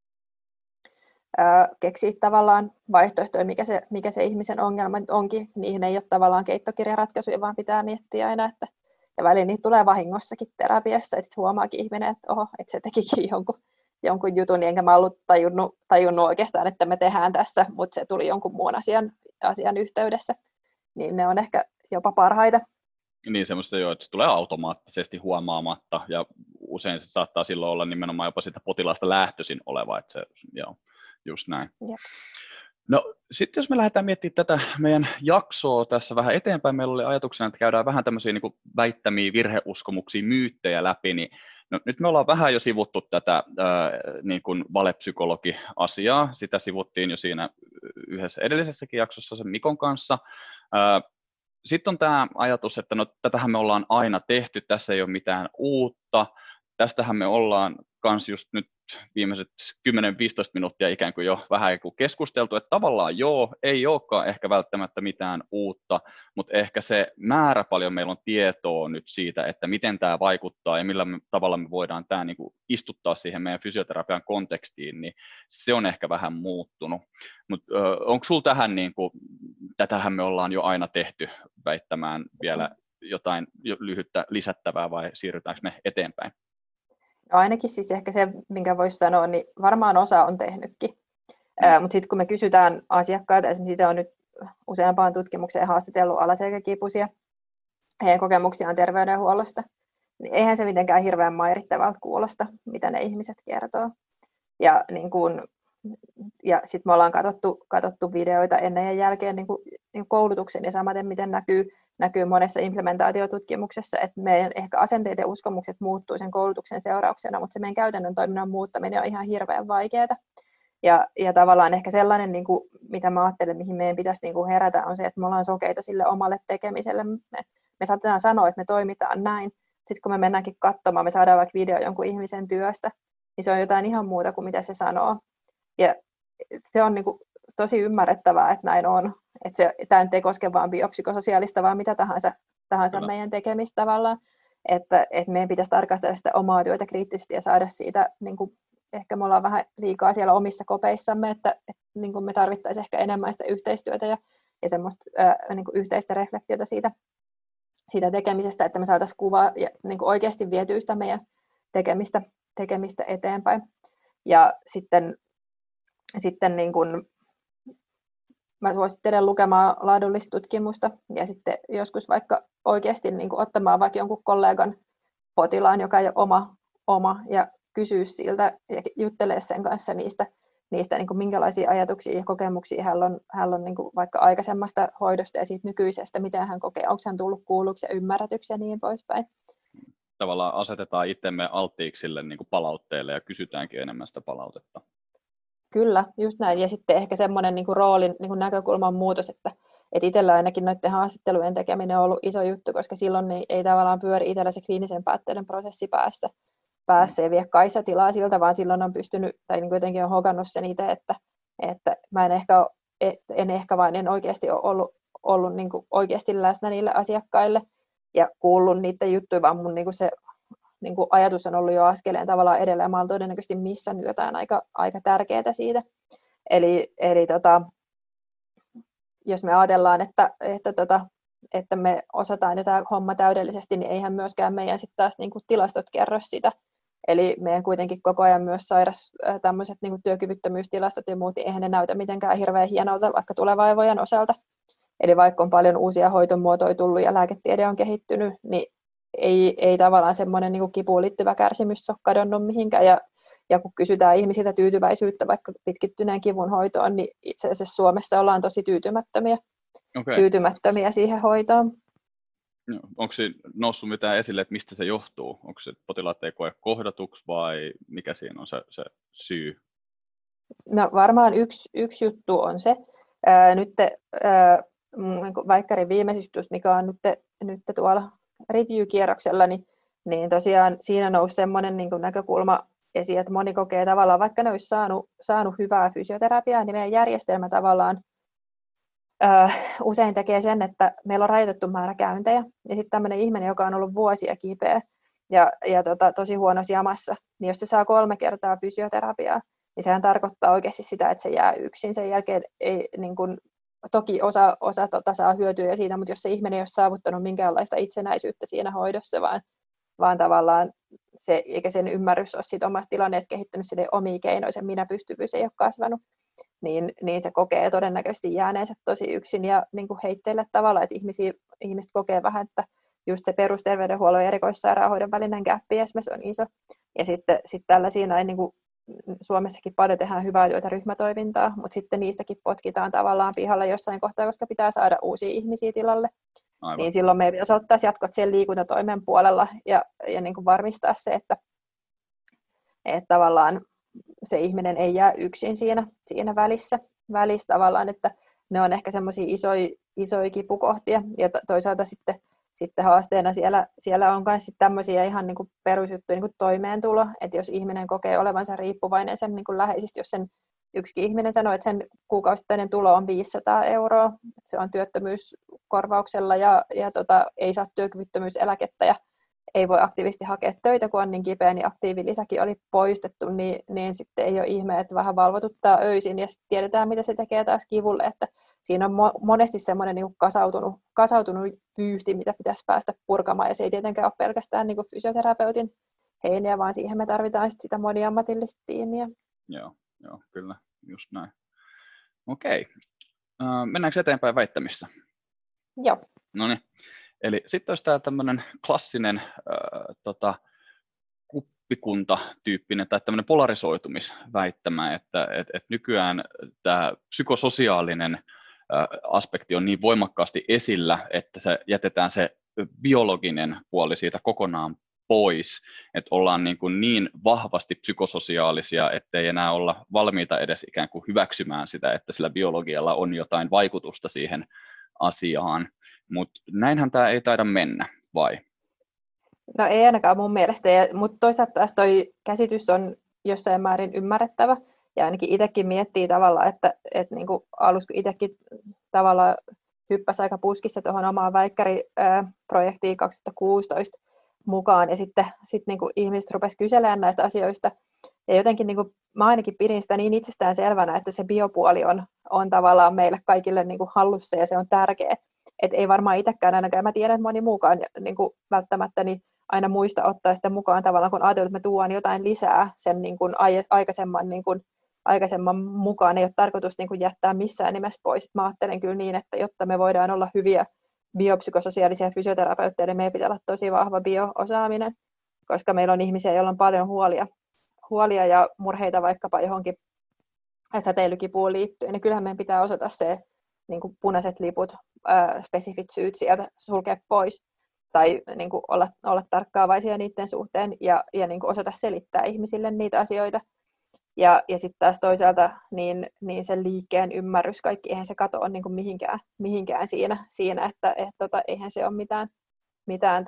keksiä tavallaan vaihtoehtoja, mikä se ihmisen ongelma onkin. Niihin ei ole tavallaan keittokirjaratkaisuja, vaan pitää miettiä aina, ja väliin niitä tulee vahingossakin terapiassa, että huomaakin ihminen, että että se tekikin jonkun jutun, enkä mä ollut tajunnut oikeastaan, että me tehdään tässä, mutta se tuli jonkun muun asian yhteydessä. Niin ne on ehkä jopa parhaita. Niin semmoista jo, että se tulee automaattisesti huomaamatta, ja usein se saattaa silloin olla nimenomaan jopa sitä potilaasta lähtöisin oleva, että se, joo, just näin. Jep. No sitten jos me lähdetään miettimään tätä meidän jaksoa tässä vähän eteenpäin, meillä oli ajatuksena, että käydään vähän tämmöisiä niin kuin väittämiä, virheuskomuksia, myyttejä läpi, niin no, nyt me ollaan vähän jo sivuttu tätä niin kuin valepsykologi-asiaa, sitä sivuttiin jo siinä yhdessä edellisessäkin jaksossa sen Mikon kanssa. Sitten on tämä ajatus, että no, tätähän me ollaan aina tehty, tässä ei ole mitään uutta. Tästähän me ollaan kans just nyt viimeiset 10-15 minuuttia ikään kuin jo vähän keskusteltu, että tavallaan joo, ei olekaan ehkä välttämättä mitään uutta, mutta ehkä se määrä paljon meillä on tietoa nyt siitä, että miten tämä vaikuttaa ja millä tavalla me voidaan tämä niin kuin istuttaa siihen meidän fysioterapian kontekstiin, niin se on ehkä vähän muuttunut. Mutta onko sinulla tähän, niin kuin, tätähän me ollaan jo aina tehty, väittämään vielä jotain lyhyttä lisättävää vai siirrytäänkö me eteenpäin? No ainakin siis ehkä se, minkä voisi sanoa, niin varmaan osa on tehnytkin. Mutta sitten kun me kysytään asiakkailta, esimerkiksi itse olen nyt useampaan tutkimukseen haastatellut alaselkäkipuisia, heidän kokemuksiaan terveydenhuollosta, niin eihän se mitenkään hirveän mairittavältä kuulosta, mitä ne ihmiset kertoo. Ja, ja sitten me ollaan katsottu videoita ennen ja jälkeen niin kuin koulutuksen ja samaten miten näkyy monessa implementaatiotutkimuksessa, että meidän ehkä asenteet ja uskomukset muuttuu sen koulutuksen seurauksena, mutta se meidän käytännön toiminnan muuttaminen on ihan hirveän vaikeaa. Ja tavallaan ehkä sellainen, niin kuin, mitä mä ajattelen, mihin meidän pitäisi niin kuin herätä, on se, että me ollaan sokeita sille omalle tekemiselle. Me saatetaan sanoa, että me toimitaan näin. Sitten kun me mennäänkin katsomaan, me saadaan vaikka video jonkun ihmisen työstä, niin se on jotain ihan muuta kuin mitä se sanoo. Ja se on niin kuin tosi ymmärrettävää, että näin on. Että tämä nyt ei koske vain biopsykososiaalista, vaan mitä tahansa meidän tekemistä tavallaan. Että meidän pitäisi tarkastella sitä omaa työtä kriittisesti ja saada siitä, niin kuin, ehkä me ollaan vähän liikaa siellä omissa kopeissamme, että niin kuin me tarvittaisiin ehkä enemmän sitä yhteistyötä ja semmoista niin kuin yhteistä reflektiota siitä tekemisestä, että me saataisiin kuvaa ja niin kuin oikeasti vietyä sitä meidän tekemistä eteenpäin. Ja sitten niin kuin, mä suosittelen lukemaan laadullista tutkimusta ja sitten joskus vaikka oikeasti niin kuin ottamaan vaikka jonkun kollegan potilaan, joka ei ole oma ja kysyä siltä ja juttelee sen kanssa niistä niin kuin minkälaisia ajatuksia ja kokemuksia hän on niin kuin vaikka aikaisemmasta hoidosta ja siitä nykyisestä, miten hän kokee, onko hän tullut kuulluksi ja ymmärretyksi ja niin poispäin. Tavallaan asetetaan itsemme alttiiksi sille niin kuin palautteelle ja kysytäänkin enemmän sitä palautetta. Kyllä, just näin. Ja sitten ehkä semmoinen niin kuin roolin niin kuin näkökulman muutos, että itsellä ainakin noiden haastattelujen tekeminen on ollut iso juttu, koska silloin ei tavallaan pyöri itsellä se kliinisen päätteiden prosessi päässä ja vie kaisatilaa siltä, vaan silloin on pystynyt, tai niin jotenkin on hokannut sen itse, että mä en oikeasti ole ollut niin kuin oikeasti läsnä niille asiakkaille ja kuullut niiden juttuja, vaan mun niin kuin se niin kuin ajatus on ollut jo askeleen tavallaan edellä, ja mä olen todennäköisesti missannut jotain aika tärkeää siitä. Eli jos me ajatellaan, että me osataan jotain homma täydellisesti, niin eihän myöskään meidän sitten taas niin kuin tilastot kerro sitä. Eli meidän kuitenkin koko ajan myös tämmöiset niin kuin työkyvyttömyystilastot ja muut, niin eihän ne näytä mitenkään hirveän hienolta vaikka tulevaivojen osalta. Eli vaikka on paljon uusia hoitomuotoja tullut ja lääketiede on kehittynyt, niin ei tavallaan semmoinen niin kuin kipuun liittyvä kärsimys ole kadonnut mihinkään. Ja kun kysytään ihmisiltä tyytyväisyyttä vaikka pitkittyneen kivun hoitoon, niin itse asiassa Suomessa ollaan tosi tyytymättömiä siihen hoitoon. No, onko se noussut mitään esille, että mistä se johtuu? Onko se potilaat ei koe kohdatuksi vai mikä siinä on se syy? No varmaan yksi juttu on se. Nyt Väikkärin viimeisistys, mikä on nyt tuolla review-kierroksella, niin tosiaan siinä nousi semmoinen niin kuin näkökulma esiin, että moni kokee tavallaan, vaikka ne olisi saanut hyvää fysioterapiaa, niin meidän järjestelmä tavallaan usein tekee sen, että meillä on rajoitettu määrä käyntejä, ja sitten tämmöinen ihminen, joka on ollut vuosia kipeä ja tosi huonossa jamassa, niin jos se saa 3 kertaa fysioterapiaa, niin sehän tarkoittaa oikeasti sitä, että se jää yksin. Sen jälkeen ei, niin kun, toki osa saa hyötyä siitä, mutta jos se ihminen ei ole saavuttanut minkäänlaista itsenäisyyttä siinä hoidossa, vaan tavallaan eikä sen ymmärrys ole siitä omasta tilanteesta kehittynyt sille omiin keinoin, sen minä-pystyvyys ei ole kasvanut, niin se kokee todennäköisesti jääneensä tosi yksin ja niin kuin heitteille tavalla, että ihmiset kokee vähän, että just se perusterveydenhuollon ja erikoissairaanhoidon välinen gäppi esimerkiksi on iso. Ja sitten tällaisia näin, niin kuin Suomessakin paljon tehdään hyvää työtä ryhmätoimintaa, mutta sitten niistäkin potkitaan tavallaan pihalle jossain kohtaa, koska pitää saada uusia ihmisiä tilalle. Aivan. Niin silloin meidän pitäisi ottaa jatkot siellä liikuntatoimen puolella ja niin kuin varmistaa se, että tavallaan se ihminen ei jää yksin siinä välissä tavallaan, että ne on ehkä semmoisia isoja kipukohtia ja toisaalta sitten haasteena siellä on myös tämmöisiä ihan niin kuin perusjuttuja, niin kuin toimeentulo, että jos ihminen kokee olevansa riippuvainen sen niin kuin läheisistä, jos sen yksikin ihminen sanoo, että sen kuukausittainen tulo on 500 €, se on työttömyyskorvauksella ja ei saa työkyvyttömyyseläkettä ja ei voi aktiivisesti hakea töitä, kun on niin kipeä, niin aktiivilisäkin oli poistettu, niin sitten ei ole ihme, että vähän valvotuttaa öisin ja tiedetään, mitä se tekee taas kivulle, että siinä on monesti semmoinen niin kasautunut vyyhti, mitä pitäisi päästä purkamaan, ja se ei tietenkään ole pelkästään niin kuin fysioterapeutin heiniä, vaan siihen me tarvitaan sitä moniammatillista tiimiä. Joo, kyllä, just näin. Okei, mennäänkö eteenpäin väittämissä? Joo. Noniin. Eli sitten olisi tämä tämmöinen klassinen kuppikunta-tyyppinen tai tämmöinen polarisoitumisväittämä, että nykyään tämä psykososiaalinen aspekti on niin voimakkaasti esillä, että se jätetään se biologinen puoli siitä kokonaan pois, että ollaan niin vahvasti psykososiaalisia, ettei enää olla valmiita edes ikään kuin hyväksymään sitä, että sillä biologialla on jotain vaikutusta siihen asiaan, mutta näinhän tämä ei taida mennä, vai? No ei ainakaan mun mielestä, mutta toisaalta taas toi käsitys on jossain määrin ymmärrettävä, ja ainakin itsekin miettii tavallaan, että niin kuin alussa kun itsekin tavallaan hyppäsi aika puskissa tuohon omaan väikkäriprojektiin 2016 mukaan, ja sitten niin kuin ihmiset rupesivat kyselemään näistä asioista, ja jotenkin niin kuin, mä ainakin pidin sitä niin itsestään selvänä, että se biopuoli on tavallaan meille kaikille niin kuin hallussa, ja se on tärkeä. Että ei varmaan itsekään ainakaan, mä tiedän, että moni muukaan niin kuin välttämättä niin aina muista ottaa sitä mukaan tavallaan, kun ajatellaan, että me tuodaan jotain lisää sen niin kuin aikaisemman mukaan. Ei ole tarkoitus niin kuin jättää missään nimessä pois. Mä ajattelen kyllä niin, että jotta me voidaan olla hyviä biopsykososiaalisia fysioterapeutteja, niin meidän pitää olla tosi vahva bio-osaaminen, koska meillä on ihmisiä, joilla on paljon huolia ja murheita vaikkapa johonkin säteilykipuun liittyen, niin kyllähän meidän pitää osata se niin kuin punaiset liput, spesifit syyt sieltä sulkea pois, tai niin kuin olla tarkkaavaisia niiden suhteen, ja niin kuin osata selittää ihmisille niitä asioita. Ja sitten taas toisaalta niin sen liikkeen ymmärrys, kaikki, eihän se kato ole niin kuin mihinkään siinä että eihän se ole mitään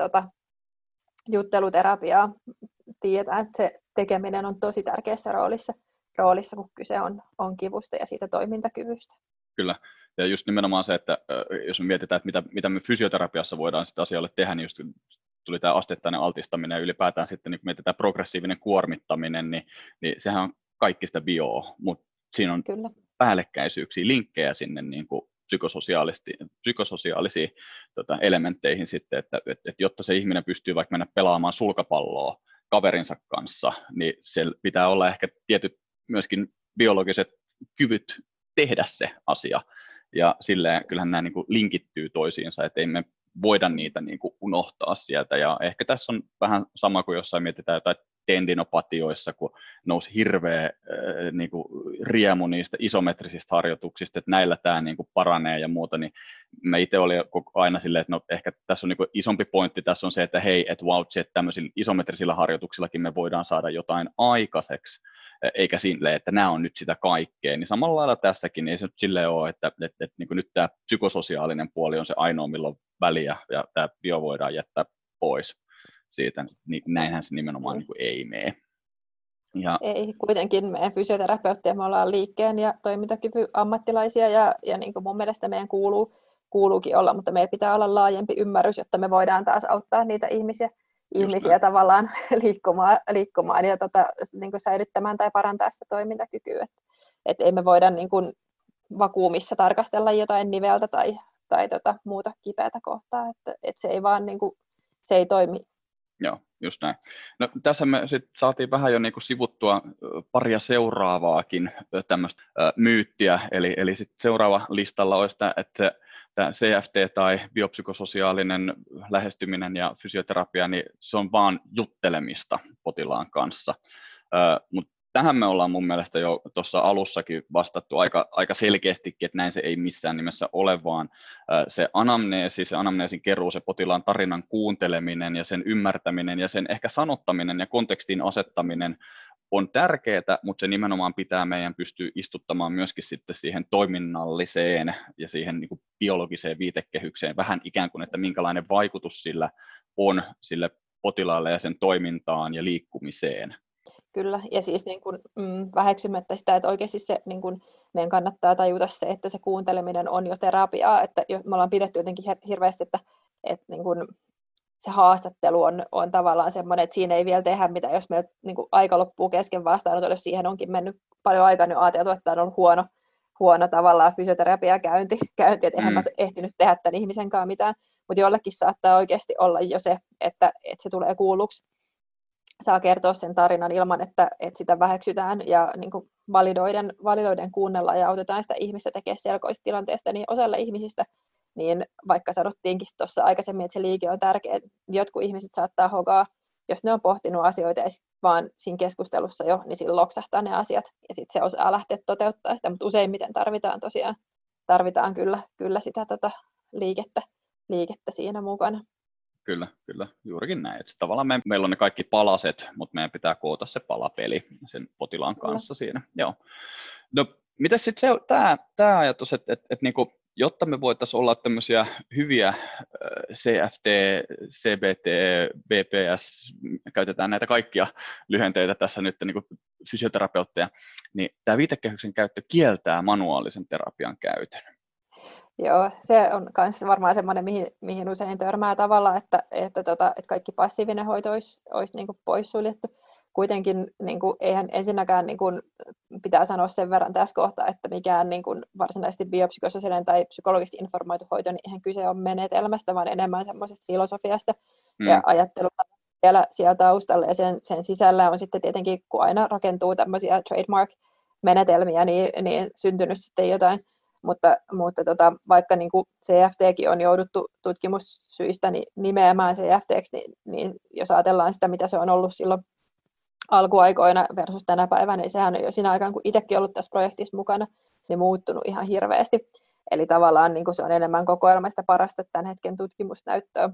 jutteluterapiaa. Tiedetään, että se tekeminen on tosi tärkeässä roolissa, kun kyse on kivusta ja siitä toimintakyvystä. Kyllä, ja just nimenomaan se, että jos me mietitään, että mitä me fysioterapiassa voidaan sitä asialle tehdä, niin just tuli tämä asteittainen altistaminen ja ylipäätään sitten, niin kun mietitään progressiivinen kuormittaminen, niin sehän on kaikki sitä bioa, mutta siinä on Kyllä. päällekkäisyyksiä, linkkejä sinne niin kuin psykososiaalisiin elementteihin sitten, että jotta se ihminen pystyy vaikka mennä pelaamaan sulkapalloa kaverinsa kanssa, niin siellä pitää olla ehkä tietyt myöskin biologiset kyvyt tehdä se asia, ja silleen kyllähän nämä niin kuin linkittyy toisiinsa, että ei me voida niitä niin kuin unohtaa sieltä, ja ehkä tässä on vähän sama kuin jossain mietitään jotain tendinopatioissa, kun nousi hirveä niin kuin riemu niistä isometrisistä harjoituksista, että näillä tämä niin kuin paranee ja muuta, niin mä itse olin aina silleen, että no ehkä tässä on niin kuin isompi pointti, tässä on se, että hei, että wow, että tämmöisillä isometrisillä harjoituksillakin me voidaan saada jotain aikaiseksi, eikä silleen, että nämä on nyt sitä kaikkea, niin samalla lailla tässäkin niin ei se nyt silleen ole, että niin kuin nyt tämä psykososiaalinen puoli on se ainoa, milloin väliä, ja tämä bio voidaan jättää pois siitä, niin näinhän se nimenomaan niin kuin ei mene. Ja ei, kuitenkin meidän fysioterapeutteja, me ollaan liikkeen ja toimintakyvyn ammattilaisia, ja niin kuin mun mielestä meidän kuuluukin olla, mutta meillä pitää olla laajempi ymmärrys, jotta me voidaan taas auttaa niitä ihmisiä tavallaan liikkumaan ja niin kuin säilyttämään tai parantaa sitä toimintakykyä. Et ei me voida niin kuin vakuumissa tarkastella jotain niveltä tai muuta kipeätä kohtaa, että se ei vaan niin kuin, se ei toimi. Joo, just näin. No, tässä me sit saatiin vähän jo niinku sivuttua paria seuraavaakin tämmöistä myyttiä, eli sit seuraava listalla olisi tämä CFT tai biopsykososiaalinen lähestyminen ja fysioterapia, niin se on vaan juttelemista potilaan kanssa. Mutta tähän me ollaan mun mielestä jo tuossa alussakin vastattu aika selkeästikin, että näin se ei missään nimessä ole, vaan se anamneesin keruu, se potilaan tarinan kuunteleminen ja sen ymmärtäminen ja sen ehkä sanottaminen ja kontekstin asettaminen on tärkeää, mutta se nimenomaan pitää meidän pystyä istuttamaan myöskin sitten siihen toiminnalliseen ja siihen niin kuin biologiseen viitekehykseen vähän ikään kuin, että minkälainen vaikutus sillä on sille potilaalle ja sen toimintaan ja liikkumiseen. Kyllä, ja siis niin kuin, väheksymättä sitä, että oikeasti se, niin kuin, meidän kannattaa tajuta se, että se kuunteleminen on jo terapiaa, että me ollaan pidetty jotenkin hirveästi, että niin kuin, se haastattelu on tavallaan semmoinen, että siinä ei vielä tehdä mitään, jos meillä niin kuin, aika loppuu kesken vastaanotolle, jos siihen onkin mennyt paljon aikaa, niin ajateltu, että tämä on ollut huono tavallaan fysioterapiakäynti, että eihän mä ehtinyt tehdä tämän ihmisen kanssa mitään, mutta jollekin saattaa oikeasti olla jo se, että se tulee kuulluksi. Saa kertoa sen tarinan ilman, että sitä väheksytään ja niin kuin validoiden kuunnella ja autetaan sitä ihmistä tekemään selkoista tilanteesta, niin osalla ihmisistä, niin vaikka sanottiinkin tuossa aikaisemmin, että se liike on tärkeä, jotkut ihmiset saattaa hokaa, jos ne on pohtinut asioita ja sitten vaan siinä keskustelussa jo, niin silloin loksahtaa ne asiat ja sitten se osaa lähteä toteuttaa sitä, mutta useimmiten tarvitaan kyllä sitä liikettä siinä mukana. Kyllä, juurikin näin. Että tavallaan meillä on ne kaikki palaset, mutta meidän pitää koota se palapeli sen potilaan kanssa siinä. Joo. No, mitä sitten tämä ajatus, että niinku, jotta me voitaisiin olla tämmöisiä hyviä CFT, CBT, BPS, käytetään näitä kaikkia lyhenteitä tässä nyt niin kuin fysioterapeutteja, niin tämä viitekehyksen käyttö kieltää manuaalisen terapian käytön. Joo, se on myös varmaan semmoinen, mihin usein törmää tavalla, että kaikki passiivinen hoito olisi niin kuin poissuljettu. Kuitenkin niin kuin, eihän ensinnäkään niin kuin, pitää sanoa sen verran tässä kohtaa, että mikään niin kuin, varsinaisesti biopsykososiaalinen tai psykologisesti informoitu hoito, niin eihän kyse ole menetelmästä, vaan enemmän semmoisesta filosofiasta ja ajattelusta siellä taustalla. Ja sen sisällä on sitten tietenkin, kun aina rakentuu tämmöisiä trademark-menetelmiä, niin syntynyt sitten jotain. Mutta vaikka niin kuin CFTkin on jouduttu tutkimussyistä nimeämään CFTksi, niin jos ajatellaan sitä, mitä se on ollut silloin alkuaikoina versus tänä päivänä, niin sehän on jo siinä aikaan, kun itsekin ollut tässä projektissa mukana, niin muuttunut ihan hirveästi. Eli tavallaan niin kuin se on enemmän kokoelmasta parasta tämän hetken tutkimusnäyttöä,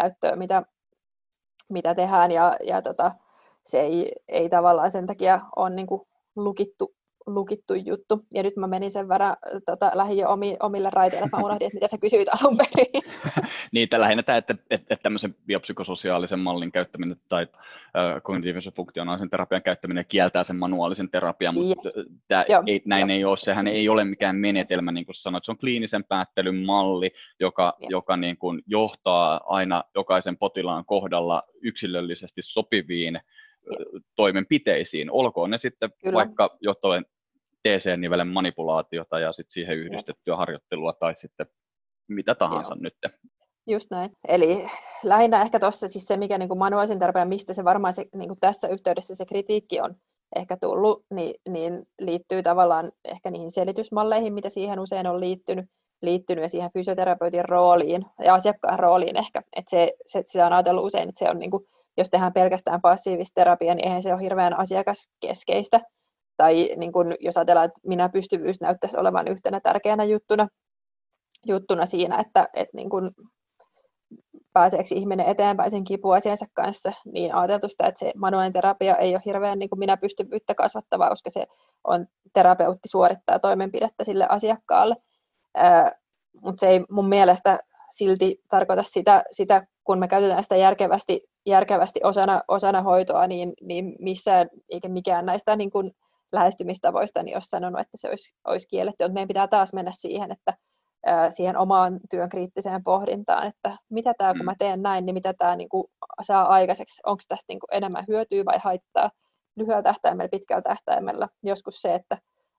mitä tehdään, ja se ei tavallaan sen takia ole niin kuin lukittu juttu. Ja nyt mä menin sen verran, lähdin jo omille raiteille, että mä unohdin, että mitä sä kysyit alun perin. Niin, lähinnä tämä, että tämmöisen biopsykososiaalisen mallin käyttäminen tai kognitiivisen funktionaalisen terapian käyttäminen kieltää sen manuaalisen terapian, mutta näin ei ole. Sehän ei ole mikään menetelmä, niin kuin sanoit, se on kliinisen päättelyn malli, joka niin kuin johtaa aina jokaisen potilaan kohdalla yksilöllisesti sopiviin toimenpiteisiin, olkoon ne sitten vaikka johtuen TC-nivelen manipulaatiota ja sitten siihen yhdistettyä harjoittelua tai sitten mitä tahansa nyt. Just näin. Eli lähinnä ehkä tuossa siis se, mikä niin manuaalisen terapian, mistä se varmaan se, niin tässä yhteydessä se kritiikki on ehkä tullut, niin liittyy tavallaan ehkä niihin selitysmalleihin, mitä siihen usein on liittynyt ja siihen fysioterapeutin rooliin ja asiakkaan rooliin ehkä. Että sitä on ajatellut usein, että se on niin kuin, jos tehdään pelkästään passiivista terapiaa, niin eihän se ole hirveän asiakaskeskeistä. Tai niin kun, jos ajatellaan, että minäpystyvyys näyttäisi olevan yhtenä tärkeänä juttuna siinä, että niin kun pääseekö ihminen eteenpäin sen kipuasiansa kanssa, niin ajateltu sitä, että se manuaalinen terapia ei ole hirveän niin kun minäpystyvyyttä kasvattavaa, koska se on terapeutti suorittaa toimenpidettä sille asiakkaalle. Mutta se ei mun mielestä silti tarkoita sitä kun me käytetään sitä järkevästi osana hoitoa, niin missään eikä mikään näistä niin kuin lähestymistavoista niin olisi sanonut, että se olisi kielletty. Mutta meidän pitää taas mennä siihen, että siihen omaan työn kriittiseen pohdintaan, että mitä tämä, kun mä teen näin, niin mitä tämä niin kuin saa aikaiseksi, onko tästä niin kuin enemmän hyötyä vai haittaa lyhyellä tähtäimellä, pitkällä tähtäimellä. Joskus se, että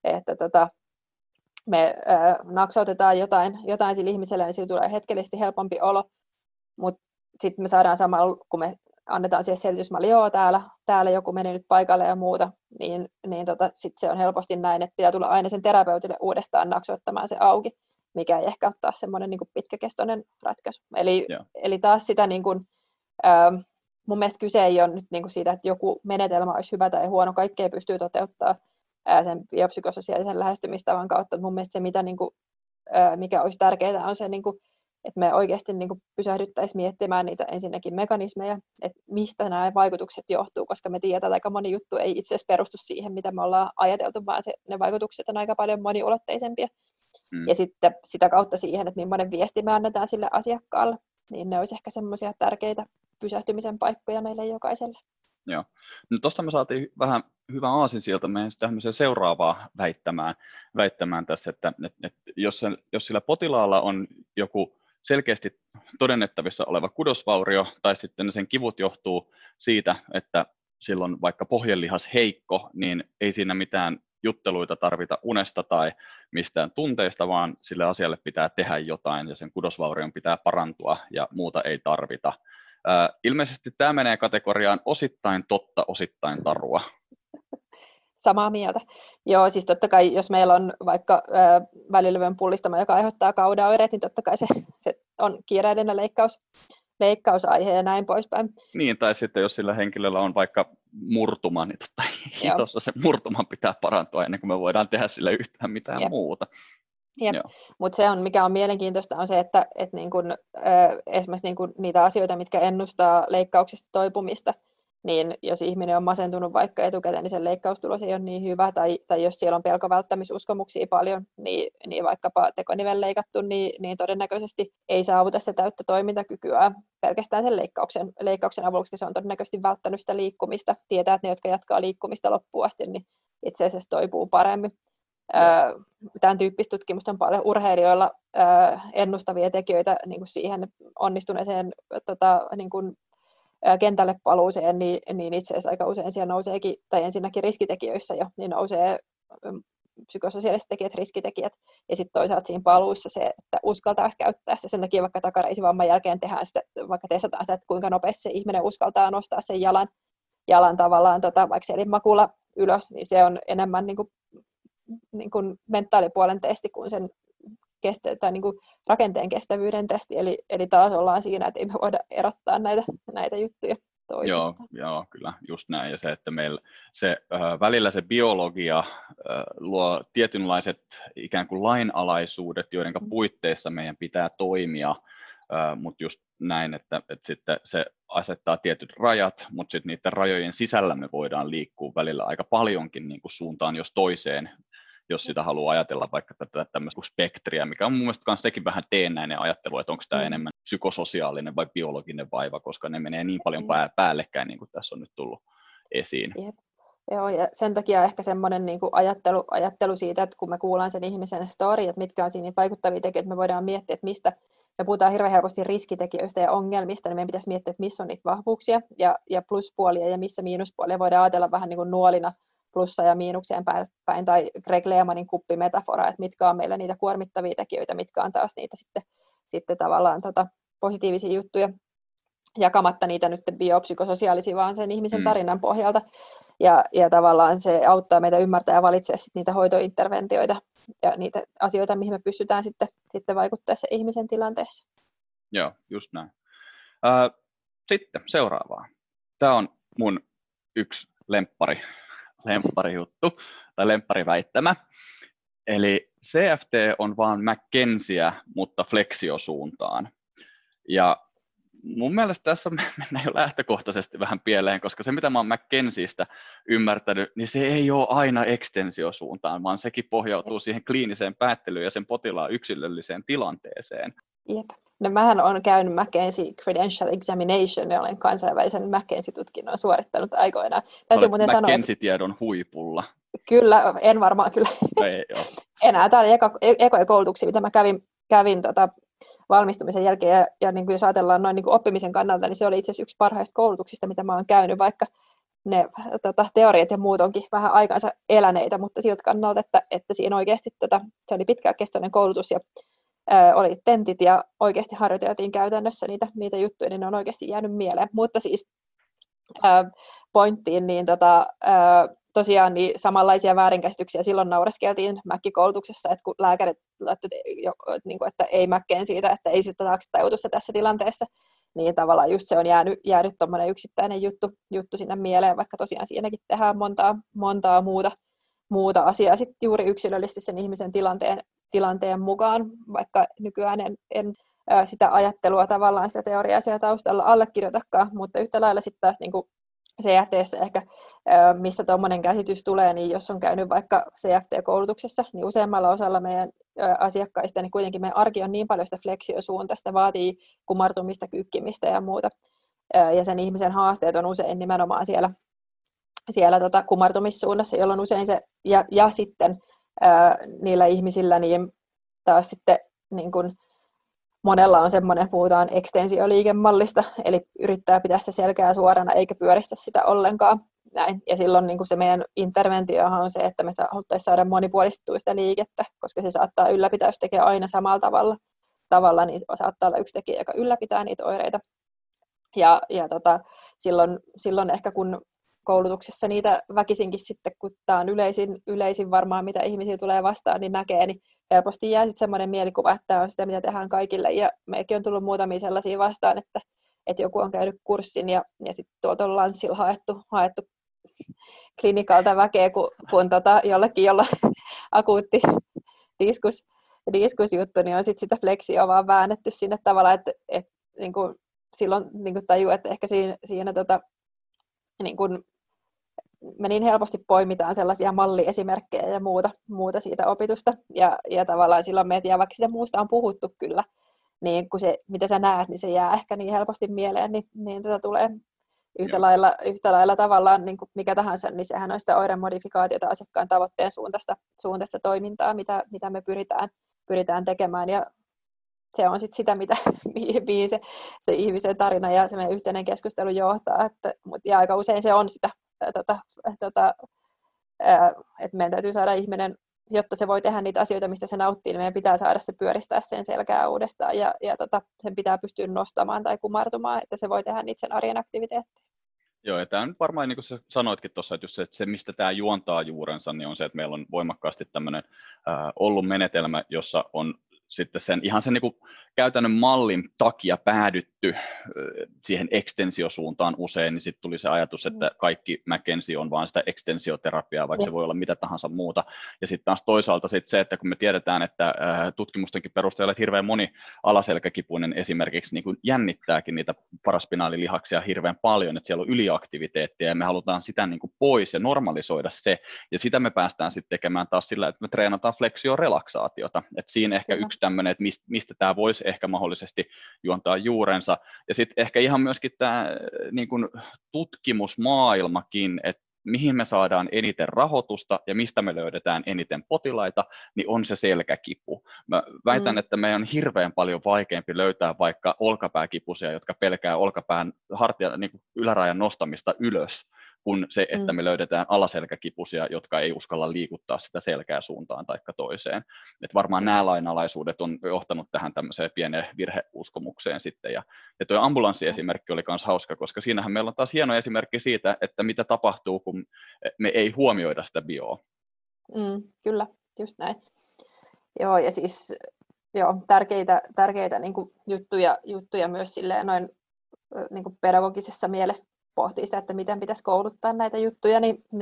me naksautetaan jotain sille ihmiselle, niin sillä tulee hetkellisesti helpompi olo, mutta sitten me saadaan samalla, kun me annetaan siihen selitysmalli, joo, täällä joku meni nyt paikalle ja muuta, niin sitten se on helposti näin, että pitää tulla aina sen terapeutille uudestaan naksoittamaan se auki, mikä ei ehkä ole taas semmoinen niin kuin pitkäkestoinen ratkaisu. Eli taas sitä, niin kuin, mun mielestä kyse ei ole nyt niin kuin siitä, että joku menetelmä olisi hyvä tai huono, kaikkea pystyy toteuttamaan sen biopsykososiaalisen lähestymistavan kautta. Mun mielestä se, mikä olisi tärkeää, on se, niin kuin, että me oikeasti niin kuin pysähdyttäisiin miettimään niitä ensinnäkin mekanismeja, että mistä nämä vaikutukset johtuu, koska me tiedetään, että aika moni juttu ei itse asiassa perustu siihen, mitä me ollaan ajateltu, vaan ne vaikutukset on aika paljon moniulotteisempia. Ja sitten sitä kautta siihen, että millainen viesti me annetaan sille asiakkaalle, niin ne olisi ehkä semmoisia tärkeitä pysähtymisen paikkoja meille jokaiselle. Joo. No tuosta me saatiin vähän hyvä aasinsilta meidän tämmöiseen seuraavaan väittämään tässä, että jos sillä potilaalla on joku selkeästi todennettavissa oleva kudosvaurio, tai sitten sen kivut johtuu siitä, että silloin vaikka pohjelihas heikko, niin ei siinä mitään jutteluita tarvita unesta tai mistään tunteista, vaan sille asialle pitää tehdä jotain, ja sen kudosvaurion pitää parantua, ja muuta ei tarvita. Ilmeisesti tämä menee kategoriaan osittain totta, osittain tarua. Samaa mieltä. Joo, siis totta kai, jos meillä on vaikka välilevyn pullistama, joka aiheuttaa kaudaoireet, niin totta kai se on kiireellinen leikkausaihe ja näin poispäin. Niin, tai sitten jos sillä henkilöllä on vaikka murtuma, niin tuossa se murtuman pitää parantua ennen kuin me voidaan tehdä sille yhtään mitään muuta. Mutta se, mikä on mielenkiintoista, on se, että niin kun, esimerkiksi niin kun niitä asioita, mitkä ennustaa leikkauksesta toipumista, niin jos ihminen on masentunut vaikka etukäteen, niin sen leikkaustulos ei ole niin hyvä, tai jos siellä on pelkovälttämisuskomuksia paljon, niin vaikkapa tekonivel leikattu, niin todennäköisesti ei saavuta sitä täyttä toimintakykyä pelkästään sen leikkauksen avulla, koska se on todennäköisesti välttänyt sitä liikkumista. Tietää, että ne, jotka jatkaa liikkumista loppuun asti, niin itse asiassa toipuu paremmin. Tämän tyyppistä tutkimusta on paljon urheilijoilla ennustavia tekijöitä niin kuin siihen onnistuneeseen niin kuin, kentälle paluuseen, niin itse asiassa aika usein siellä nouseekin, tai ensinnäkin riskitekijöissä jo, niin nousee psykososiaaliset tekijät, riskitekijät, ja sitten toisaalta siinä paluussa se, että uskaltaako käyttää sitä. Sen takia vaikka takareisivamman jälkeen tehdään sitä, vaikka testataan sitä, että kuinka nopeasti se ihminen uskaltaa nostaa sen jalan tavallaan vaikka elinmakulla ylös, niin se on enemmän niin kuin mentaalipuolen testi kuin sen niin kuin rakenteen kestävyyden testi, eli taas ollaan siinä, että ei me voida erottaa näitä juttuja toisistaan. Joo, kyllä, just näin. Ja se, että meillä välillä se biologia luo tietynlaiset ikään kuin lainalaisuudet, joiden puitteissa meidän pitää toimia, mutta just näin, että sitten se asettaa tietyt rajat, mutta sitten niiden rajojen sisällä me voidaan liikkua välillä aika paljonkin niin kuin suuntaan jos toiseen, jos sitä haluaa ajatella vaikka tätä tämmöistä spektriä, mikä on mun mielestä myös sekin vähän teennäinen ajattelu, että onko tämä enemmän psykososiaalinen vai biologinen vaiva, koska ne menee niin paljon päällekkäin, niin kuin tässä on nyt tullut esiin. Jep. Joo, ja sen takia ehkä semmoinen niin kuin ajattelu siitä, että kun me kuullaan sen ihmisen story, että mitkä on siinä vaikuttavia tekijöitä, me voidaan miettiä, että mistä me puhutaan hirveän helposti riskitekijöistä ja ongelmista, niin meidän pitäisi miettiä, että missä on niitä vahvuuksia ja pluspuolia ja missä miinuspuolia. Voidaan ajatella vähän niin kuin nuolina plussa- ja miinukseen päin, tai Greg Lehmanin kuppimetafora, että mitkä on meillä niitä kuormittavia tekijöitä, mitkä on taas niitä sitten tavallaan positiivisia juttuja, jakamatta niitä nyt biopsykososiaalisia, vaan sen ihmisen tarinan pohjalta. Ja tavallaan se auttaa meitä ymmärtää ja valitsemaan sit niitä hoitointerventioita ja niitä asioita, mihin me pystytään sitten vaikuttamaan se ihmisen tilanteessa. Joo, just näin. Sitten seuraavaa. Tämä on mun yksi lempparijuttu tai lemppariväittämä. Eli CFT on vaan McKenzieä, mutta fleksiosuuntaan. Ja mun mielestä tässä mennään jo lähtökohtaisesti vähän pieleen, koska se mitä mä oon McKenziestä ymmärtänyt, niin se ei ole aina ekstensiosuuntaan, vaan sekin pohjautuu siihen kliiniseen päättelyyn ja sen potilaan yksilölliseen tilanteeseen. Jep. No mähän olen käynyt McKenzie Credential Examination ja olen kansainvälisen McKenzie-tutkinnon suorittanut aikoinaan. Täytyy muuten sanoa, McKenzie-tiedon huipulla. Kyllä, en varmaan kyllä enää. Tämä oli ekoja koulutuksia, mitä mä kävin valmistumisen jälkeen, ja niin kuin jos ajatellaan noin niin kuin oppimisen kannalta, niin se oli itse asiassa yksi parhaista koulutuksista, mitä mä oon käynyt, vaikka ne teoriat ja muut onkin vähän aikansa eläneitä, mutta siltä kannalta, että siinä oikeasti se oli pitkäkestoinen koulutus ja oli tentit ja oikeasti harjoiteltiin käytännössä niitä juttuja, niin ne on oikeasti jäänyt mieleen. Mutta siis pointtiin, niin tosiaan niin samanlaisia väärinkäsityksiä silloin naureskeltiin Mäkki-koulutuksessa, että kun lääkärit että ei Mäkkeen siitä, että ei sitä taakse tajutusta tässä tilanteessa, niin tavallaan just se on jäänyt tuommoinen yksittäinen juttu sinne mieleen, vaikka tosiaan siinäkin tehdään montaa muuta asiaa sitten juuri yksilöllisesti sen ihmisen tilanteen mukaan, vaikka nykyään en sitä ajattelua tavallaan sitä teoriaa siellä taustalla allekirjoitakaan, mutta yhtä lailla sitten taas niin kuin CFT:ssä ehkä, mistä tuommoinen käsitys tulee, niin jos on käynyt vaikka CFT-koulutuksessa, niin useammalla osalla meidän asiakkaista, niin kuitenkin meidän arki on niin paljon sitä fleksiosuuntaista, vaatii kumartumista, kykkimistä ja muuta. Ja sen ihmisen haasteet on usein nimenomaan siellä kumartumissuunnassa, jolloin usein se, ja sitten niillä ihmisillä niin taas sitten niin kun monella on semmoinen, puhutaan ekstensioliikemallista, eli yrittää pitää se selkää suorana eikä pyöristä sitä ollenkaan. Näin. Ja silloin niin kuin se meidän interventiohan on se, että me haluttaisiin saada monipuolistettua sitä liikettä, koska se saattaa ylläpitää, jos tekee aina samalla tavalla, niin saattaa olla yksi tekijä, joka ylläpitää niitä oireita. Ja silloin ehkä kun koulutuksessa niitä väkisinkin sitten, kun tämä on yleisin varmaan, mitä ihmisiä tulee vastaan, niin näkee, niin helposti jää sitten semmoinen mielikuva, että tämä on sitä, mitä tehdään kaikille. Ja meilläkin on tullut muutamia sellaisia vastaan, että joku on käynyt kurssin ja sitten tuolta on lanssilla haettu klinikalta väkeä, kun jollekin, jolla akuutti diskusjuttu, niin on sit sitä flexioa vaan väännetty sinne tavalla, että niin kuin silloin niin kuin tajuu, että ehkä siinä niin kuin me niin helposti poimitaan sellaisia malliesimerkkejä ja muuta siitä opitusta, ja tavallaan silloin me vaikka sitä muusta on puhuttu kyllä, niin kun se, mitä sä näet, niin se jää ehkä niin helposti mieleen, niin tätä tulee yhtä lailla tavallaan niin kuin mikä tahansa, niin sehän on sitä oiremodifikaatiota asiakkaan tavoitteen suuntaista toimintaa, mitä me pyritään tekemään, ja se on sitten sitä, mihin se ihmisen tarina ja se meidän yhteinen keskustelu johtaa, ja aika usein se on sitä, että meidän täytyy saada ihminen, jotta se voi tehdä niitä asioita, mistä se nauttii, niin meidän pitää saada se pyöristää sen selkää uudestaan, ja sen pitää pystyä nostamaan tai kumartumaan, että se voi tehdä niitä sen arjen aktiviteetteja. Joo, ja tämä nyt varmaan, niin kuin sä sanoitkin tuossa, että se, mistä tämä juontaa juurensa, niin on se, että meillä on voimakkaasti tämmöinen ollut menetelmä, jossa on sitten sen niin kuin käytännön mallin takia päädytty siihen ekstensiosuuntaan usein, niin sitten tuli se ajatus, että kaikki McKenzie on vain sitä ekstensioterapiaa, vaikka se voi olla mitä tahansa muuta. Ja sitten taas toisaalta se, että kun me tiedetään, että tutkimustenkin perusteella, että hirveän moni alaselkäkipuinen esimerkiksi niin kuin jännittääkin niitä paraspinaalilihaksia hirveän paljon, että siellä on yliaktiviteettia, ja me halutaan sitä niin kuin pois ja normalisoida se, ja sitä me päästään sitten tekemään taas sillä, että me treenataan fleksiorelaksaatiota, että siinä ehkä yksi tämmöinen, että mistä tämä voisi ehkä mahdollisesti juontaa juurensa. Ja sitten ehkä ihan myöskin tämä niin kuin tutkimusmaailmakin, että mihin me saadaan eniten rahoitusta ja mistä me löydetään eniten potilaita, niin on se selkäkipu. Mä väitän, että meidän on hirveän paljon vaikeampi löytää vaikka olkapääkipuisia, jotka pelkää olkapään niin kuin ylärajan nostamista ylös, kuin se, että me löydetään alaselkäkipuisia, jotka ei uskalla liikuttaa sitä selkää suuntaan tai toiseen. Et varmaan nämä lainalaisuudet on johtanut tähän tämmöiseen pieneen virheuskomukseen sitten. Ja tuo ambulanssiesimerkki oli myös hauska, koska siinähän meillä on taas hieno esimerkki siitä, että mitä tapahtuu, kun me ei huomioida sitä bioa. Kyllä, just näin. Joo, ja siis tärkeitä niin kuin juttuja myös silleen noin niin kuin pedagogisessa mielessä pohtii sitä, että miten pitäisi kouluttaa näitä juttuja,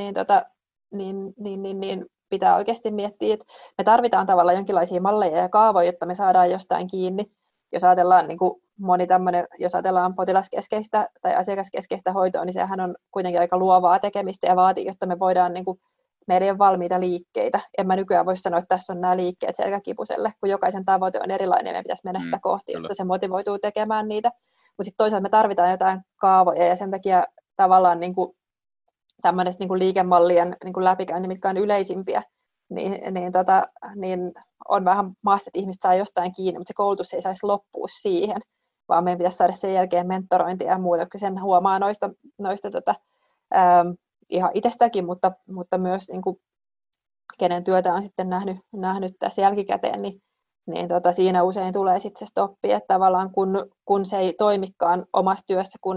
niin pitää oikeasti miettiä, että me tarvitaan tavallaan jonkinlaisia malleja ja kaavoja, jotta me saadaan jostain kiinni. Jos ajatellaan niin kuin jos ajatellaan potilaskeskeistä tai asiakaskeskeistä hoitoa, niin sehän on kuitenkin aika luovaa tekemistä ja vaatii, jotta me voidaan niin kuin meidän ei ole valmiita liikkeitä. En mä nykyään voi sanoa, että tässä on nämä liikkeet selkäkipuselle, kun jokaisen tavoite on erilainen ja meidän pitäisi mennä sitä kohti, jotta se motivoituu tekemään niitä. Mutta sitten toisaalta me tarvitaan jotain kaavoja ja sen takia tavallaan niinku tämmöiset niinku liikemallien niinku läpikäynti, mitkä on yleisimpiä, niin on vähän maassa, että ihmiset saa jostain kiinni, mutta se koulutus ei saisi loppua siihen, vaan meidän pitäisi saada sen jälkeen mentorointia ja muuta, koska sen huomaa noista ihan itsestäkin, mutta myös niinku, kenen työtä on sitten nähnyt tässä jälkikäteen, niin siinä usein tulee sitten se stoppi, että tavallaan kun se ei toimikaan omassa työssä, kun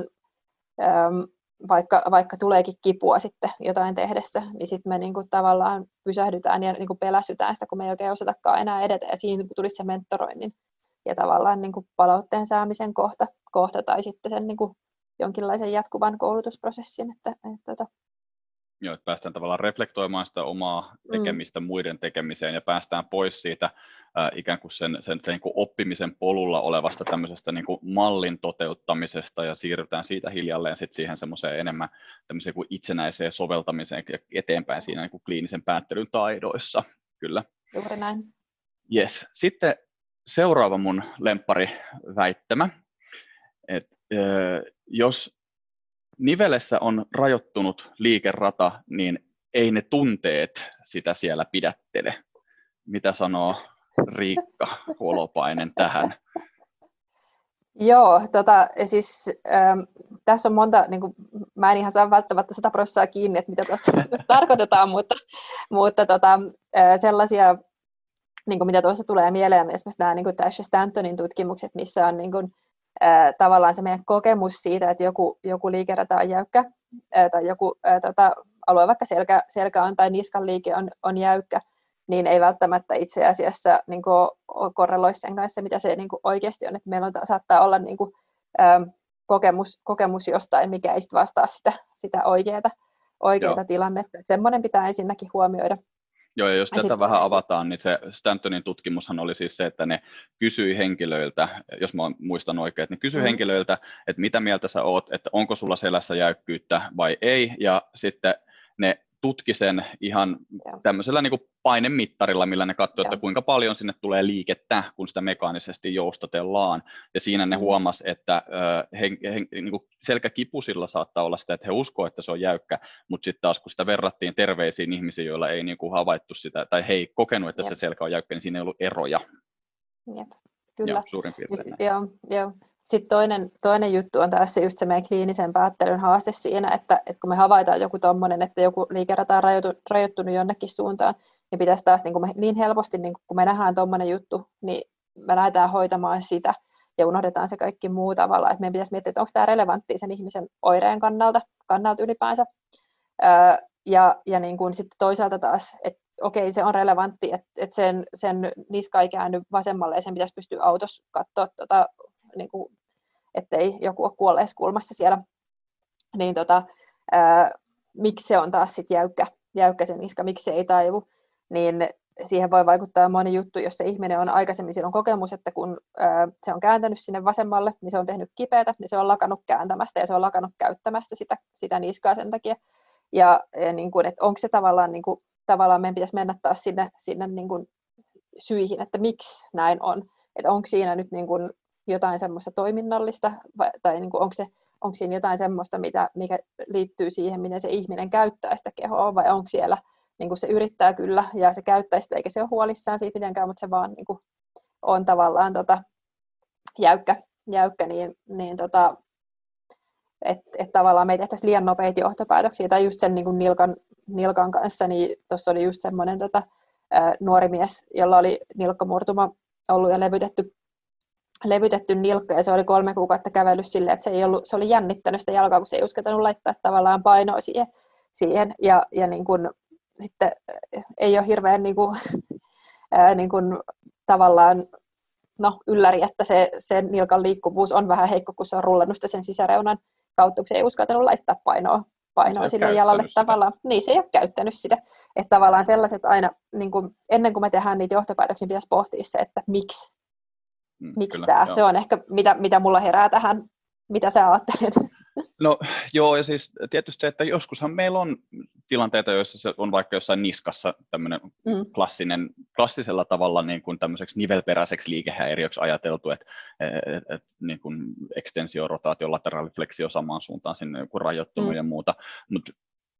vaikka tuleekin kipua sitten jotain tehdessä, niin sitten me niinku tavallaan pysähdytään ja niinku pelästytään sitä, kun me ei oikein osatakaan enää edetä, ja siinä tulisi se mentoroinnin ja tavallaan niinku palautteen saamisen kohta tai sitten sen niinku jonkinlaisen jatkuvan koulutusprosessin. Joo, että päästään tavallaan reflektoimaan sitä omaa tekemistä muiden tekemiseen ja päästään pois siitä ikään kuin sen niin kuin oppimisen polulla olevasta tämmöisestä niin kuin mallin toteuttamisesta ja siirrytään siitä hiljalleen sitten siihen semmoiseen enemmän tämmöiseen kuin itsenäiseen soveltamiseen ja eteenpäin siinä niin kuin kliinisen päättelyn taidoissa. Kyllä. Juuri näin. Yes. Sitten seuraava mun lemppariväittämä, että jos nivelessä on rajoittunut liikerata, niin ei ne tunteet sitä siellä pidättele. Mitä sanoo Riikka Holopainen tähän? Joo, siis tässä on monta, niin kuin, mä en ihan saa välttämättä 100% kiinni, että mitä tuossa tarkoitetaan, mutta sellaisia, niin kuin mitä tuossa tulee mieleen, esimerkiksi nämä niin Tasha Stantonin tutkimukset, missä on niin kuin, tavallaan se meidän kokemus siitä, että joku liikerata on jäykkä, tai joku alue, vaikka selkä on tai niskan liike on jäykkä, niin ei välttämättä itse asiassa niin kuin korreloi sen kanssa, mitä se niin kuin oikeasti on. Että meillä saattaa olla niin kuin, kokemus jostain, mikä ei vastaa sitä oikeaa tilannetta. Semmoinen pitää ensinnäkin huomioida. Joo, ja jos tätä sitten vähän avataan, niin se Stantonin tutkimushan oli siis se, että ne kysyi henkilöiltä, jos mä muistan oikein, että ne kysyi henkilöiltä, että mitä mieltä sä oot, että onko sulla selässä jäykkyyttä vai ei, ja sitten ne tutki sen ihan tämmöisellä niin kuin painemittarilla, millä ne katsoi, että kuinka paljon sinne tulee liikettä, kun sitä mekaanisesti joustatellaan. Ja siinä ne huomasi, että niin kuin selkäkipusilla saattaa olla sitä, että he uskoo, että se on jäykkä, mutta sitten taas kun sitä verrattiin terveisiin ihmisiin, joilla ei niin kuin havaittu sitä, tai he ei kokenut, että se selkä on jäykkä, niin siinä ei ollut eroja. Jep. Kyllä. Ja suurin piirtein. Joo. Sitten toinen juttu on taas just se meidän kliinisen päättelyn haaste siinä, että kun me havaitaan joku tommonen, että joku liikerata on rajoittunut jonnekin suuntaan, niin pitäisi taas niin helposti, niin kun me nähdään tommonen juttu, niin me lähdetään hoitamaan sitä ja unohdetaan se kaikki muu tavalla. Että meidän pitäisi miettiä, että onko tämä relevanttia sen ihmisen oireen kannalta ylipäänsä. Ja niin kuin sitten toisaalta taas, että okei, se on relevantti, että sen niska ei käänny vasemmalle ja sen pitäisi pystyä autossa katsoa, niin kuin, ettei joku ole kuolleessa kulmassa siellä. Niin miksi se on taas sit jäykkä se niska, miksi se ei taivu, niin siihen voi vaikuttaa moni juttu, jos se ihminen on aikaisemmin, sillä on kokemus, että kun se on kääntänyt sinne vasemmalle, niin se on tehnyt kipeätä, niin se on lakannut kääntämästä ja se on lakannut käyttämästä sitä niskaa sen takia. Ja niin kuin, että onko se tavallaan meidän pitäisi mennä taas sinne niin kuin syihin, että miksi näin on. Että onko siinä nyt niin kuin jotain semmoista toiminnallista, tai niin kuin onko siinä jotain semmoista, mikä liittyy siihen, miten se ihminen käyttää sitä kehoa, vai onko siellä, niin kuin se yrittää kyllä, ja se käyttää sitä, eikä se ole huolissaan siitä mitenkään, mutta se vaan niin kuin on tavallaan jäykkä niin että tavallaan me ei tehtäisi liian nopeita johtopäätöksiä, tai just sen niin kuin nilkan kanssa, niin tuossa oli just semmoinen nuori mies, jolla oli nilkkamurtuma ollut ja levytetty nilkka, ja se oli 3 kuukautta kävellyt silleen, että se oli jännittänyt sitä jalkaa, kun se ei uskaltanut laittaa tavallaan painoa siihen ja niin kuin, sitten ei ole hirveän niin kuin, tavallaan ylläri, että se nilkan liikkuvuus on vähän heikko, kun se on rullannut sen sisäreunan kautta, kun se ei uskaltanut laittaa painoa sille jalalle tavallaan. Niin, se ei ole käyttänyt sitä. Että tavallaan sellaiset aina, niin kuin, ennen kuin me tehdään niitä johtopäätöksiä, pitäisi pohtia se, että miksi tämä. Joo. Se on ehkä, mitä mulla herää tähän, mitä sä ajattelet. No joo, ja siis tietysti se, että joskushan meillä on tilanteita, joissa se on vaikka jossain niskassa tämmöinen klassisella tavalla niin kuin tämmöiseksi nivelperäiseksi liikehäiriöksi ajateltu, että niin kuin ekstensio, rotaatio, lateraalifleksio samaan suuntaan sinne joku rajoittunut ja muuta, mutta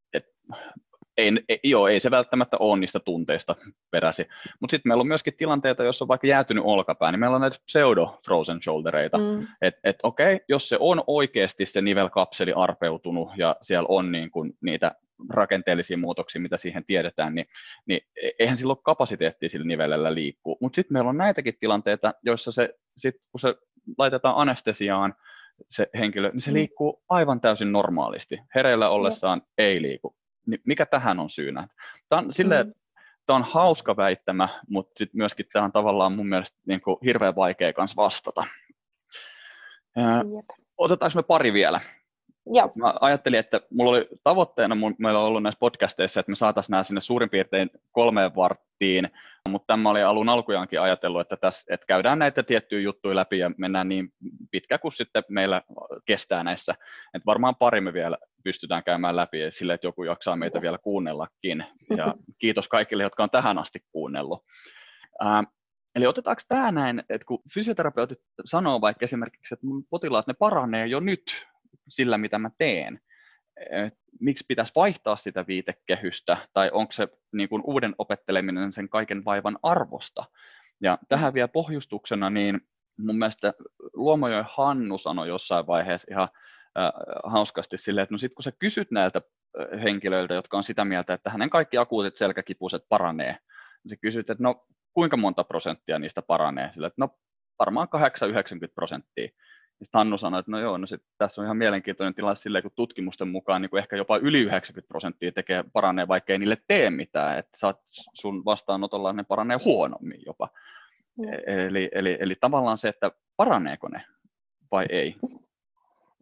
ei se välttämättä ole niistä tunteista peräisin. Mutta sitten meillä on myöskin tilanteita, joissa on vaikka jäätynyt olkapää, niin meillä on näitä pseudo-frozen shouldereita. Että okei, jos se on oikeasti se nivelkapseli arpeutunut ja siellä on niin kun niitä rakenteellisia muutoksia, mitä siihen tiedetään, niin eihän sillä ole kapasiteettia sillä nivelellä liikkuu. Mutta sitten meillä on näitäkin tilanteita, joissa kun se laitetaan anestesiaan, se henkilö, niin se liikkuu aivan täysin normaalisti. Hereillä ollessaan ei liiku. Niin mikä tähän on syynä? Tämä on hauska väittämä, mutta sitten myöskin tämä on tavallaan mun mielestä niin kuin hirveän vaikea kanssa vastata. Otetaanko me pari vielä? Joo. Mä ajattelin, että mulla oli tavoitteena, meillä on ollut näissä podcasteissa, että me saataisiin nämä sinne suurin piirtein 3 varttiin, mutta tämä oli alun alkujaankin ajatellut, että käydään näitä tiettyjä juttuja läpi ja mennään niin pitkä kuin sitten meillä kestää näissä. Että varmaan pari me vielä pystytään käymään läpi sille, että joku jaksaa meitä vielä kuunnellakin. Ja kiitos kaikille, jotka on tähän asti kuunnellut. Eli otetaanko tämä näin, että kun fysioterapeutit sanoo vaikka esimerkiksi, että mun potilaat ne paranee jo nyt sillä, mitä mä teen, miksi pitäisi vaihtaa sitä viitekehystä, tai onko se niin kuin uuden opetteleminen sen kaiken vaivan arvosta. Ja tähän vielä pohjustuksena, niin mun mielestä Luomojoen Hannu sanoi jossain vaiheessa ihan hauskasti silleen, että no sit kun sä kysyt näiltä henkilöiltä, jotka on sitä mieltä, että hänen kaikki akuutit selkäkipuset paranee, niin sä kysyt, että no kuinka monta prosenttia niistä paranee, sillä että no varmaan 80-90%. Sitten Hannu sanoi, että no joo, no sit tässä on ihan mielenkiintoinen tilanne silleen, kun tutkimusten mukaan niin kun ehkä jopa yli 90% paranee, vaikka ei niille tee mitään, että sun vastaanotolla ne paranee huonommin jopa. Eli tavallaan se, että paraneeko ne vai ei.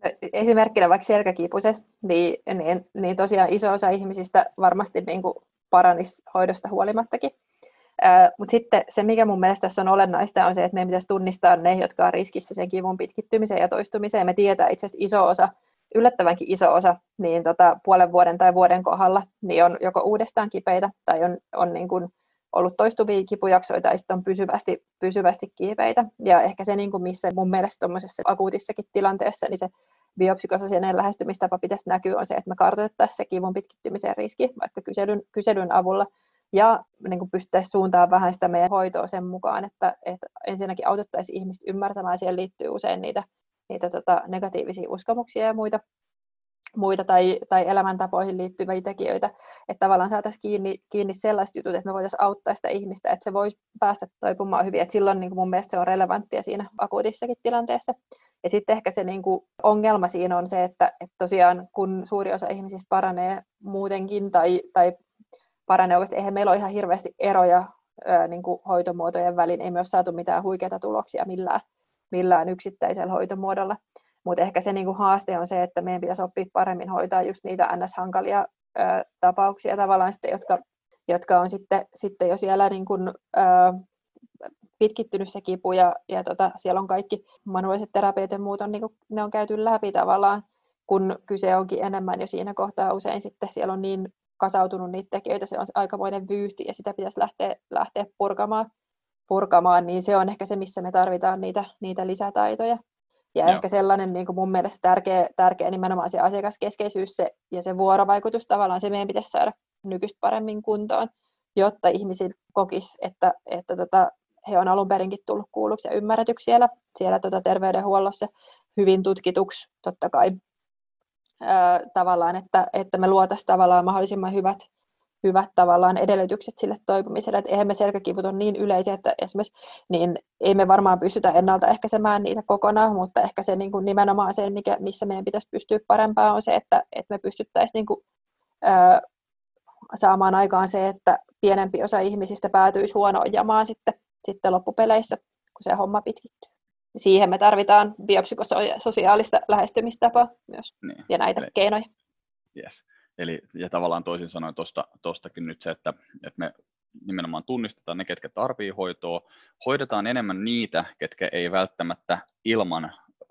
Esimerkkinä vaikka selkäkipuset, niin tosiaan iso osa ihmisistä varmasti niin kuin paranisi hoidosta huolimattakin. Mutta sitten se, mikä mun mielestä tässä on olennaista, on se, että meidän pitäisi tunnistaa ne, jotka on riskissä sen kivun pitkittymiseen ja toistumiseen. Me tiedetään itse asiassa yllättävänkin iso osa, niin puolen vuoden tai vuoden kohdalla niin on joko uudestaan kipeitä tai on niin kuin ollut toistuvia kipujaksoja tai sitten on pysyvästi kipeitä. Ja ehkä se, niin kuin missä mun mielestä tuommoisessa akuutissakin tilanteessa, niin se biopsykososiaalinen lähestymistapa pitäisi näkyä, on se, että me kartoitettaisiin se kivun pitkittymisen riski vaikka kyselyn avulla, ja niin kuin pystyttäisiin suuntaan vähän sitä meidän hoitoa sen mukaan, että ensinnäkin autettaisiin ihmistä ymmärtämään, siihen liittyy usein niitä negatiivisia uskomuksia ja muita tai elämäntapoihin liittyviä tekijöitä, että tavallaan saataisiin kiinni sellaiset jutut, että me voitaisiin auttaa sitä ihmistä, että se voisi päästä toipumaan hyvin, että silloin niin kuin mun mielestä se on relevanttia siinä akuutissakin tilanteessa. Ja sitten ehkä se niin kuin ongelma siinä on se, että tosiaan kun suuri osa ihmisistä paranee muutenkin tai paranee oikeasti, eihän meillä ole ihan hirveästi eroja niin kuin hoitomuotojen välin, ei me ole saatu mitään huikeita tuloksia millään yksittäisellä hoitomuodolla. Mutta ehkä se niinku haaste on se, että meidän pitäisi oppia paremmin hoitaa just niitä ns-hankalia tapauksia tavallaan sitten, jotka on sitten jo siellä niinku, pitkittynyt se kipu ja siellä on kaikki manuaaliset terapiat ja muut ne on käyty läpi tavallaan, kun kyse onkin enemmän jo siinä kohtaa usein sitten siellä on niin kasautunut niitä tekijöitä, se on aikamoinen vyyhti ja sitä pitäisi lähteä purkamaan, niin se on ehkä se, missä me tarvitaan niitä lisätaitoja. Ja ehkä sellainen niin kuin mun mielestä tärkeä nimenomaan se asiakaskeskeisyys ja se vuorovaikutus tavallaan, se meidän pitäisi saada nykyistä paremmin kuntoon, jotta ihmiset kokis, että he on alun perinkin tullut kuulluksi ja ymmärretyksi siellä terveydenhuollossa hyvin tutkituksi totta kai tavallaan, että me luotaisiin tavallaan mahdollisimman hyvät tavallaan edellytykset sille toipumiselle, että eihän me selkäkivut on niin yleisiä, että esimerkiksi niin ei me varmaan pystytä ennaltaehkäisemään niitä kokonaan, mutta ehkä se niin kuin nimenomaan se, missä meidän pitäisi pystyä parempaan, on se, että me pystyttäisiin niin kuin, saamaan aikaan se, että pienempi osa ihmisistä päätyisi huonoon jamaan sitten loppupeleissä, kun se homma pitkittyy. Siihen me tarvitaan biopsykososiaalista lähestymistapaa myös ja näitä keinoja. Yes. Eli ja tavallaan toisin sanoen tuostakin nyt se, että me nimenomaan tunnistetaan ne, ketkä tarvii hoitoa, hoidetaan enemmän niitä, ketkä ei välttämättä ilman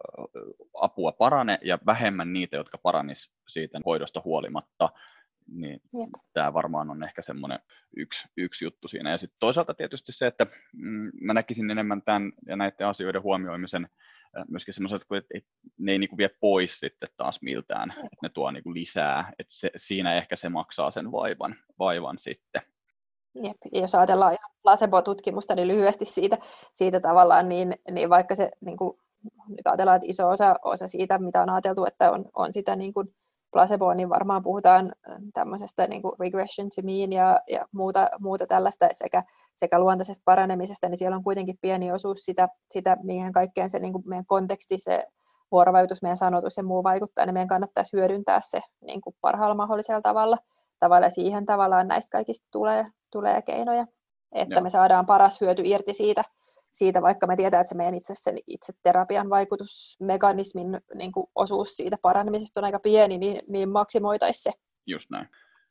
apua parane, ja vähemmän niitä, jotka paranis siitä hoidosta huolimatta. Niin tämä varmaan on ehkä semmoinen yksi juttu siinä. Ja sitten toisaalta tietysti se, että mä näkisin enemmän tämän ja näiden asioiden huomioimisen myöskin semmoiset, että ne ei niinku vie pois sitten taas miltään, että ne tuo niinku lisää, että siinä ehkä se maksaa sen vaivan sitten. Jep. Ja jos ajatellaan ihan placebo-tutkimusta, niin lyhyesti siitä tavallaan, niin vaikka se, niin kuin, nyt ajatellaan, että iso osa siitä, mitä on ajateltu, että on sitä niin kuin placeboa, niin varmaan puhutaan tämmöisestä niin kuin regression to mean ja muuta tällaista sekä luontaisesta paranemisesta, niin siellä on kuitenkin pieni osuus sitä mihin kaikkeen se niin kuin meidän konteksti, se vuorovaikutus, meidän sanotus ja muu vaikuttaa, niin meidän kannattaisi hyödyntää se niin kuin parhaalla mahdollisella tavalla ja siihen tavallaan näistä kaikista tulee keinoja, että me saadaan paras hyöty irti siitä, vaikka me tiedetään, että se meidän itse terapian vaikutusmekanismin niin kuin osuus siitä paranemisesta on aika pieni, niin maksimoitaisiin se. Just näin.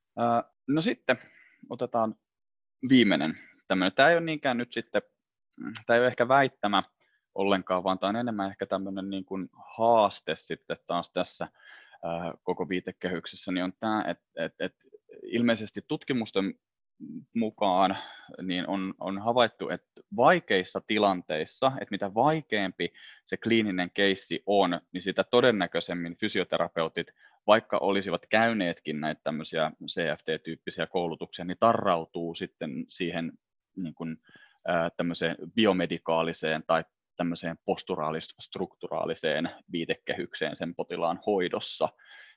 No sitten otetaan viimeinen tämmöinen. Tämä ei ole niinkään nyt sitten, tämä ei ole ehkä väittämä ollenkaan, vaan tämä on enemmän ehkä tämmöinen niin kuin haaste sitten taas tässä koko viitekehyksessä, niin on tämä, että ilmeisesti tutkimusten mukaan niin on havaittu, että vaikeissa tilanteissa, että mitä vaikeampi se kliininen keissi on, niin sitä todennäköisemmin fysioterapeutit, vaikka olisivat käyneetkin näitä tämmöisiä CFT-tyyppisiä koulutuksia, niin tarrautuu sitten siihen niin kuin, tämmöiseen biomedikaaliseen tai tämmöiseen posturaalis-strukturaaliseen viitekehykseen sen potilaan hoidossa.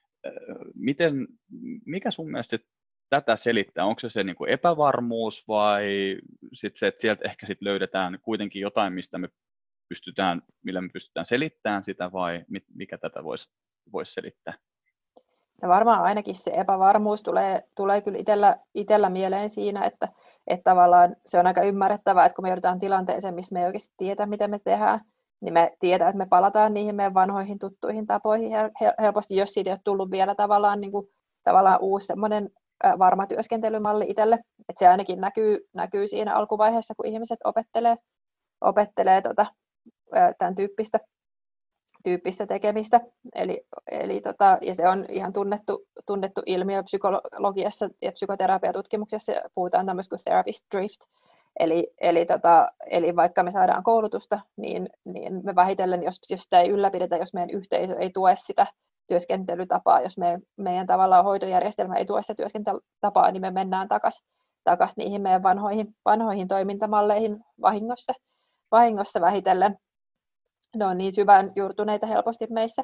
Mikä sun mielestä tätä selittää? Onko se niin kuin epävarmuus vai sit se, että sieltä ehkä sit löydetään kuitenkin jotain, millä me pystytään selittämään sitä, vai mikä tätä voisi selittää? No varmaan ainakin se epävarmuus tulee kyllä itsellä mieleen siinä, että tavallaan se on aika ymmärrettävää, että kun me joudutaan tilanteeseen, missä me ei oikeasti tiedä, mitä me tehdään, niin me tiedetään, että me palataan niihin meidän vanhoihin tuttuihin tapoihin helposti, jos siitä ei ole tullut vielä tavallaan uusi semmoinen varma työskentelymalli itselle. Et se ainakin näkyy siinä alkuvaiheessa, kun ihmiset opettelee tämän tyyppistä tekemistä. Ja se on ihan tunnettu ilmiö psykologiassa ja psykoterapiatutkimuksessa. Puhutaan tämmöistä kuin therapist drift. Eli vaikka me saadaan koulutusta, niin me vähitellen, jos sitä ei ylläpidetä, jos meidän yhteisö ei tue sitä työskentelytapaa, jos meidän tavallaan hoitojärjestelmä ei tue sitä työskentelytapaa, niin me mennään takaisin niihin meidän vanhoihin toimintamalleihin vahingossa vähitellen. Ne on niin syvään juurtuneita helposti meissä.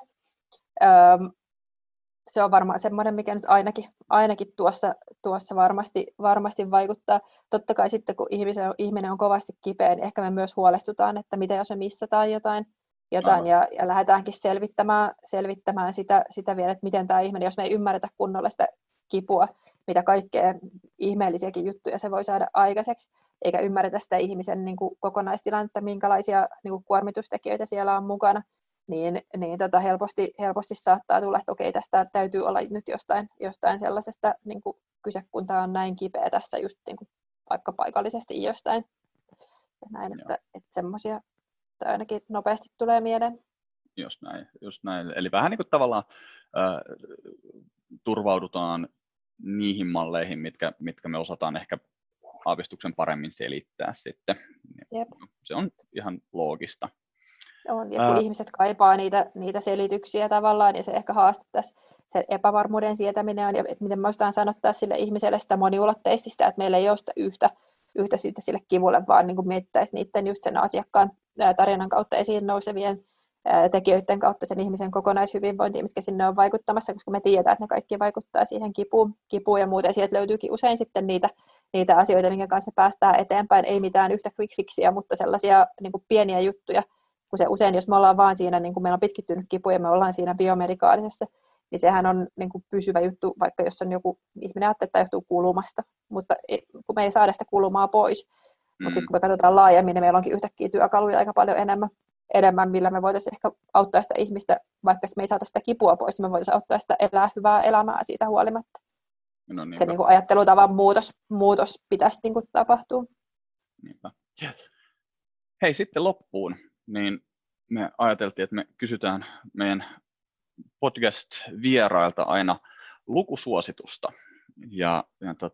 Se on varmaan semmoinen, mikä nyt ainakin tuossa varmasti vaikuttaa. Totta kai sitten, kun ihminen on kovasti kipeä, niin ehkä me myös huolestutaan, että mitä jos me missataan jotain ja lähdetäänkin selvittämään sitä vielä, että miten tämä ihminen, jos me ei ymmärretä kunnolla sitä kipua, mitä kaikkea ihmeellisiäkin juttuja se voi saada aikaiseksi, eikä ymmärretä sitä ihmisen niin kuin kokonaistilannetta, minkälaisia niin kuin kuormitustekijöitä siellä on mukana, niin helposti saattaa tulla, että okei, tästä täytyy olla nyt jostain sellaisesta niin kuin kyse, kun tämä on näin kipeä tässä just niin kuin vaikka paikallisesti jostain. Ja näin, että semmoisia ainakin nopeasti tulee mieleen. Just näin. Eli vähän niin kuin tavallaan turvaudutaan niihin malleihin, mitkä me osataan ehkä aavistuksen paremmin selittää sitten. Jep. Se on ihan loogista. On, ja kun ihmiset kaipaa niitä selityksiä tavallaan, ja se ehkä haastettaisiin sen epävarmuuden sietäminen on, ja että miten me ostaan sanottaa sille ihmiselle sitä moniulotteisesti sitä, että meillä ei ole sitä yhtä syytä sille kivulle, vaan niin kuin mietittäisiin niiden just sen asiakkaan tarinan kautta esiin nousevien tekijöiden kautta sen ihmisen kokonaishyvinvointiin, mitkä sinne on vaikuttamassa, koska me tiedetään, että ne kaikki vaikuttaa siihen kipuun ja muuten. Sieltä löytyykin usein sitten niitä asioita, minkä kanssa me päästään eteenpäin. Ei mitään yhtä quick fixia, mutta sellaisia niin kuin pieniä juttuja, kun se usein, jos me ollaan vaan siinä, niin kun meillä on pitkittynyt kipu ja me ollaan siinä biomedikaalisessa, niin sehän on niin kuin pysyvä juttu, vaikka jos on joku ihminen ajattelee, että johtuu kulumasta, mutta kun me ei saada sitä kulumaa pois. Mutta sitten kun me katsotaan laajemmin, niin meillä onkin yhtäkkiä työkaluja aika paljon enemmän, millä me voitaisiin ehkä auttaa sitä ihmistä, vaikka me ei saata sitä kipua pois, niin me voitaisiin auttaa sitä elää hyvää elämää siitä huolimatta. No se niin kuin ajattelutavan muutos pitäisi niin kuin tapahtua. Niinpä. Yes. Hei, sitten loppuun, niin me ajateltiin, että me kysytään meidän podcast-vierailta aina lukusuositusta. Ja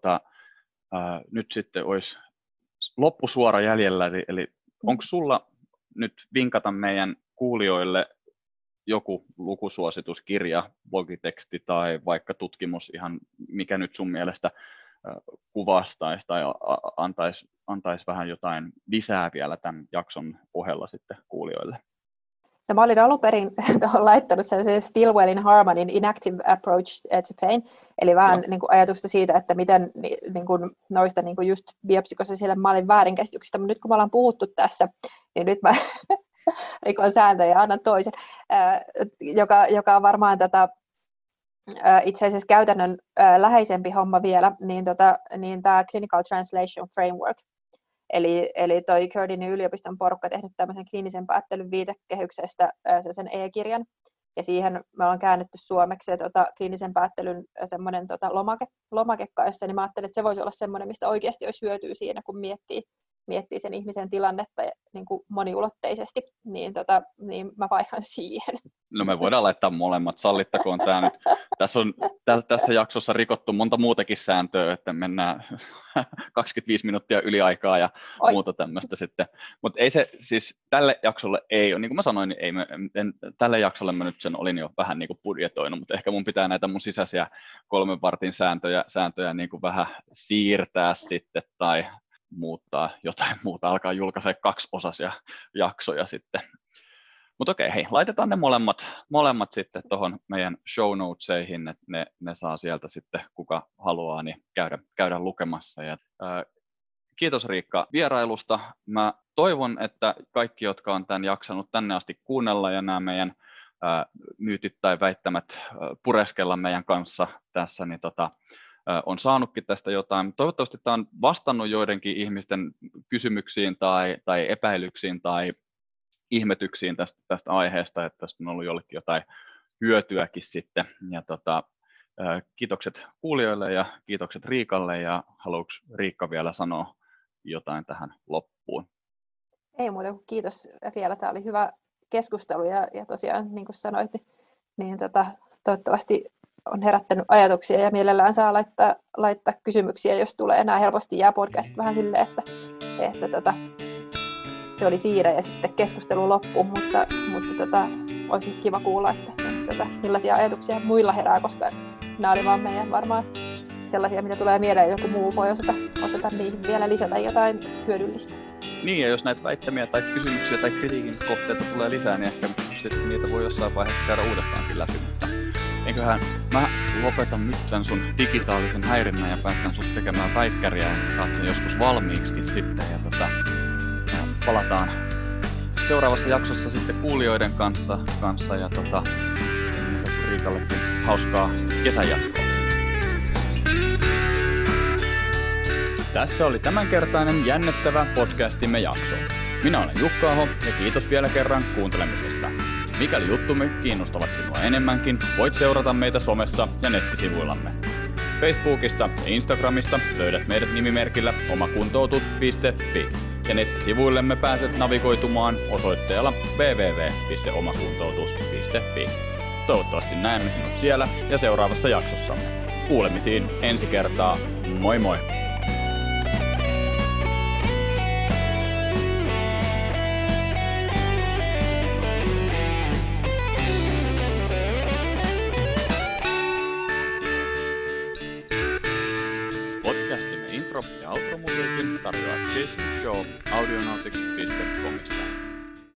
nyt sitten olisi loppusuora jäljellä, eli onko sulla nyt vinkata meidän kuulijoille joku lukusuosituskirja, blogiteksti tai vaikka tutkimus, ihan mikä nyt sun mielestä kuvastaisi tai antaisi vähän jotain lisää vielä tämän jakson ohella sitten kuulijoille? No, mä olin alun perin laittanut sellaisen Stilwellin Harmanin Inactive Approach to Pain, eli vähän niin kuin ajatusta siitä, että miten niin kuin noista niin kuin just biopsykososiaalisen mallin väärinkäsityksistä, mutta nyt kun me ollaan puhuttu tässä, niin nyt mä rikon sääntöjä ja annan toisen, joka on varmaan itse asiassa käytännön läheisempi homma vielä, niin tämä Clinical Translation Framework. Eli toi Cardinin yliopiston porukka tehnyt tämmöisen kliinisen päättelyn viitekehyksestä sen e-kirjan, ja siihen me ollaan käännetty suomeksi kliinisen päättelyn semmoinen lomake kanssa, niin mä ajattelin, että se voisi olla semmoinen, mistä oikeasti olisi hyötyä siinä, kun miettii sen ihmisen tilannetta niin kuin moniulotteisesti, niin mä vaihan siihen. No me voidaan laittaa molemmat, sallittakoon tämä nyt. Tässä jaksossa rikottu monta muutakin sääntöä, että mennään 25 minuuttia yliaikaa ja muuta tämmöistä sitten. Mutta ei se siis tälle jaksolle ei ole, niin kuin mä sanoin, niin tälle jaksolle mä nyt sen olin jo vähän niin kuin budjetoinut, mutta ehkä mun pitää näitä mun sisäisiä 3 vartin sääntöjä niin kuin vähän siirtää sitten tai muuttaa jotain muuta, alkaa julkaisee 2-osaisia jaksoja sitten. Mutta okei, hei, laitetaan ne molemmat sitten tuohon meidän show notesihin, että ne saa sieltä sitten, kuka haluaa, niin käydä lukemassa. Ja, kiitos Riikka vierailusta. Mä toivon, että kaikki, jotka on tämän jaksanut tänne asti kuunnella ja nämä meidän myytit tai väittämät pureskella meidän kanssa tässä, niin on saanutkin tästä jotain. Toivottavasti tämä on vastannut joidenkin ihmisten kysymyksiin tai epäilyksiin tai ihmetyksiin tästä aiheesta, että tästä on ollut jollekin jotain hyötyäkin sitten. Ja Kiitokset kuulijoille ja kiitokset Riikalle, ja haluatko Riikka vielä sanoa jotain tähän loppuun? Ei muuta kuin kiitos vielä. Tämä oli hyvä keskustelu ja tosiaan niin kuin sanoit, niin toivottavasti on herättänyt ajatuksia ja mielellään saa laittaa kysymyksiä, jos tulee. Nämä helposti jää podcastit vähän silleen, että se oli siinä ja sitten keskustelu loppuu, mutta olisi nyt kiva kuulla, että millaisia ajatuksia muilla herää, koska nämä oli vaan meidän varmaan sellaisia, mitä tulee mieleen, joku muu voi osata niihin vielä lisätä jotain hyödyllistä. Niin, ja jos näitä väittämiä tai kysymyksiä tai kritiikin kohteita tulee lisää, niin ehkä sitten niitä voi jossain vaiheessa käydä uudestaankin läpi, mutta eiköhän mä lopetan nyt tämän sun digitaalisen häirinnän ja päästän sut tekemään väikkäriä, että saat sen joskus valmiiksi sitten, ja palataan seuraavassa jaksossa sitten kuulijoiden kanssa ja Riikallekin hauskaa kesänjatkoa. Tässä oli tämänkertainen jännittävä podcastimme jakso. Minä olen Jukka Aho ja kiitos vielä kerran kuuntelemisesta. Mikäli juttumme kiinnostavat sinua enemmänkin, voit seurata meitä somessa ja nettisivuillamme. Facebookista ja Instagramista löydät meidät nimimerkillä omakuntoutus.fi ja nettisivuillemme pääset navigoitumaan osoitteella www.omakuntoutus.fi. Toivottavasti näemme sinut siellä ja seuraavassa jaksossamme. Kuulemisiin ensi kertaa. Moi moi! Podcastimme intro- ja outro-musiikin tarjoaa Jason Shaw Audionautics.comista.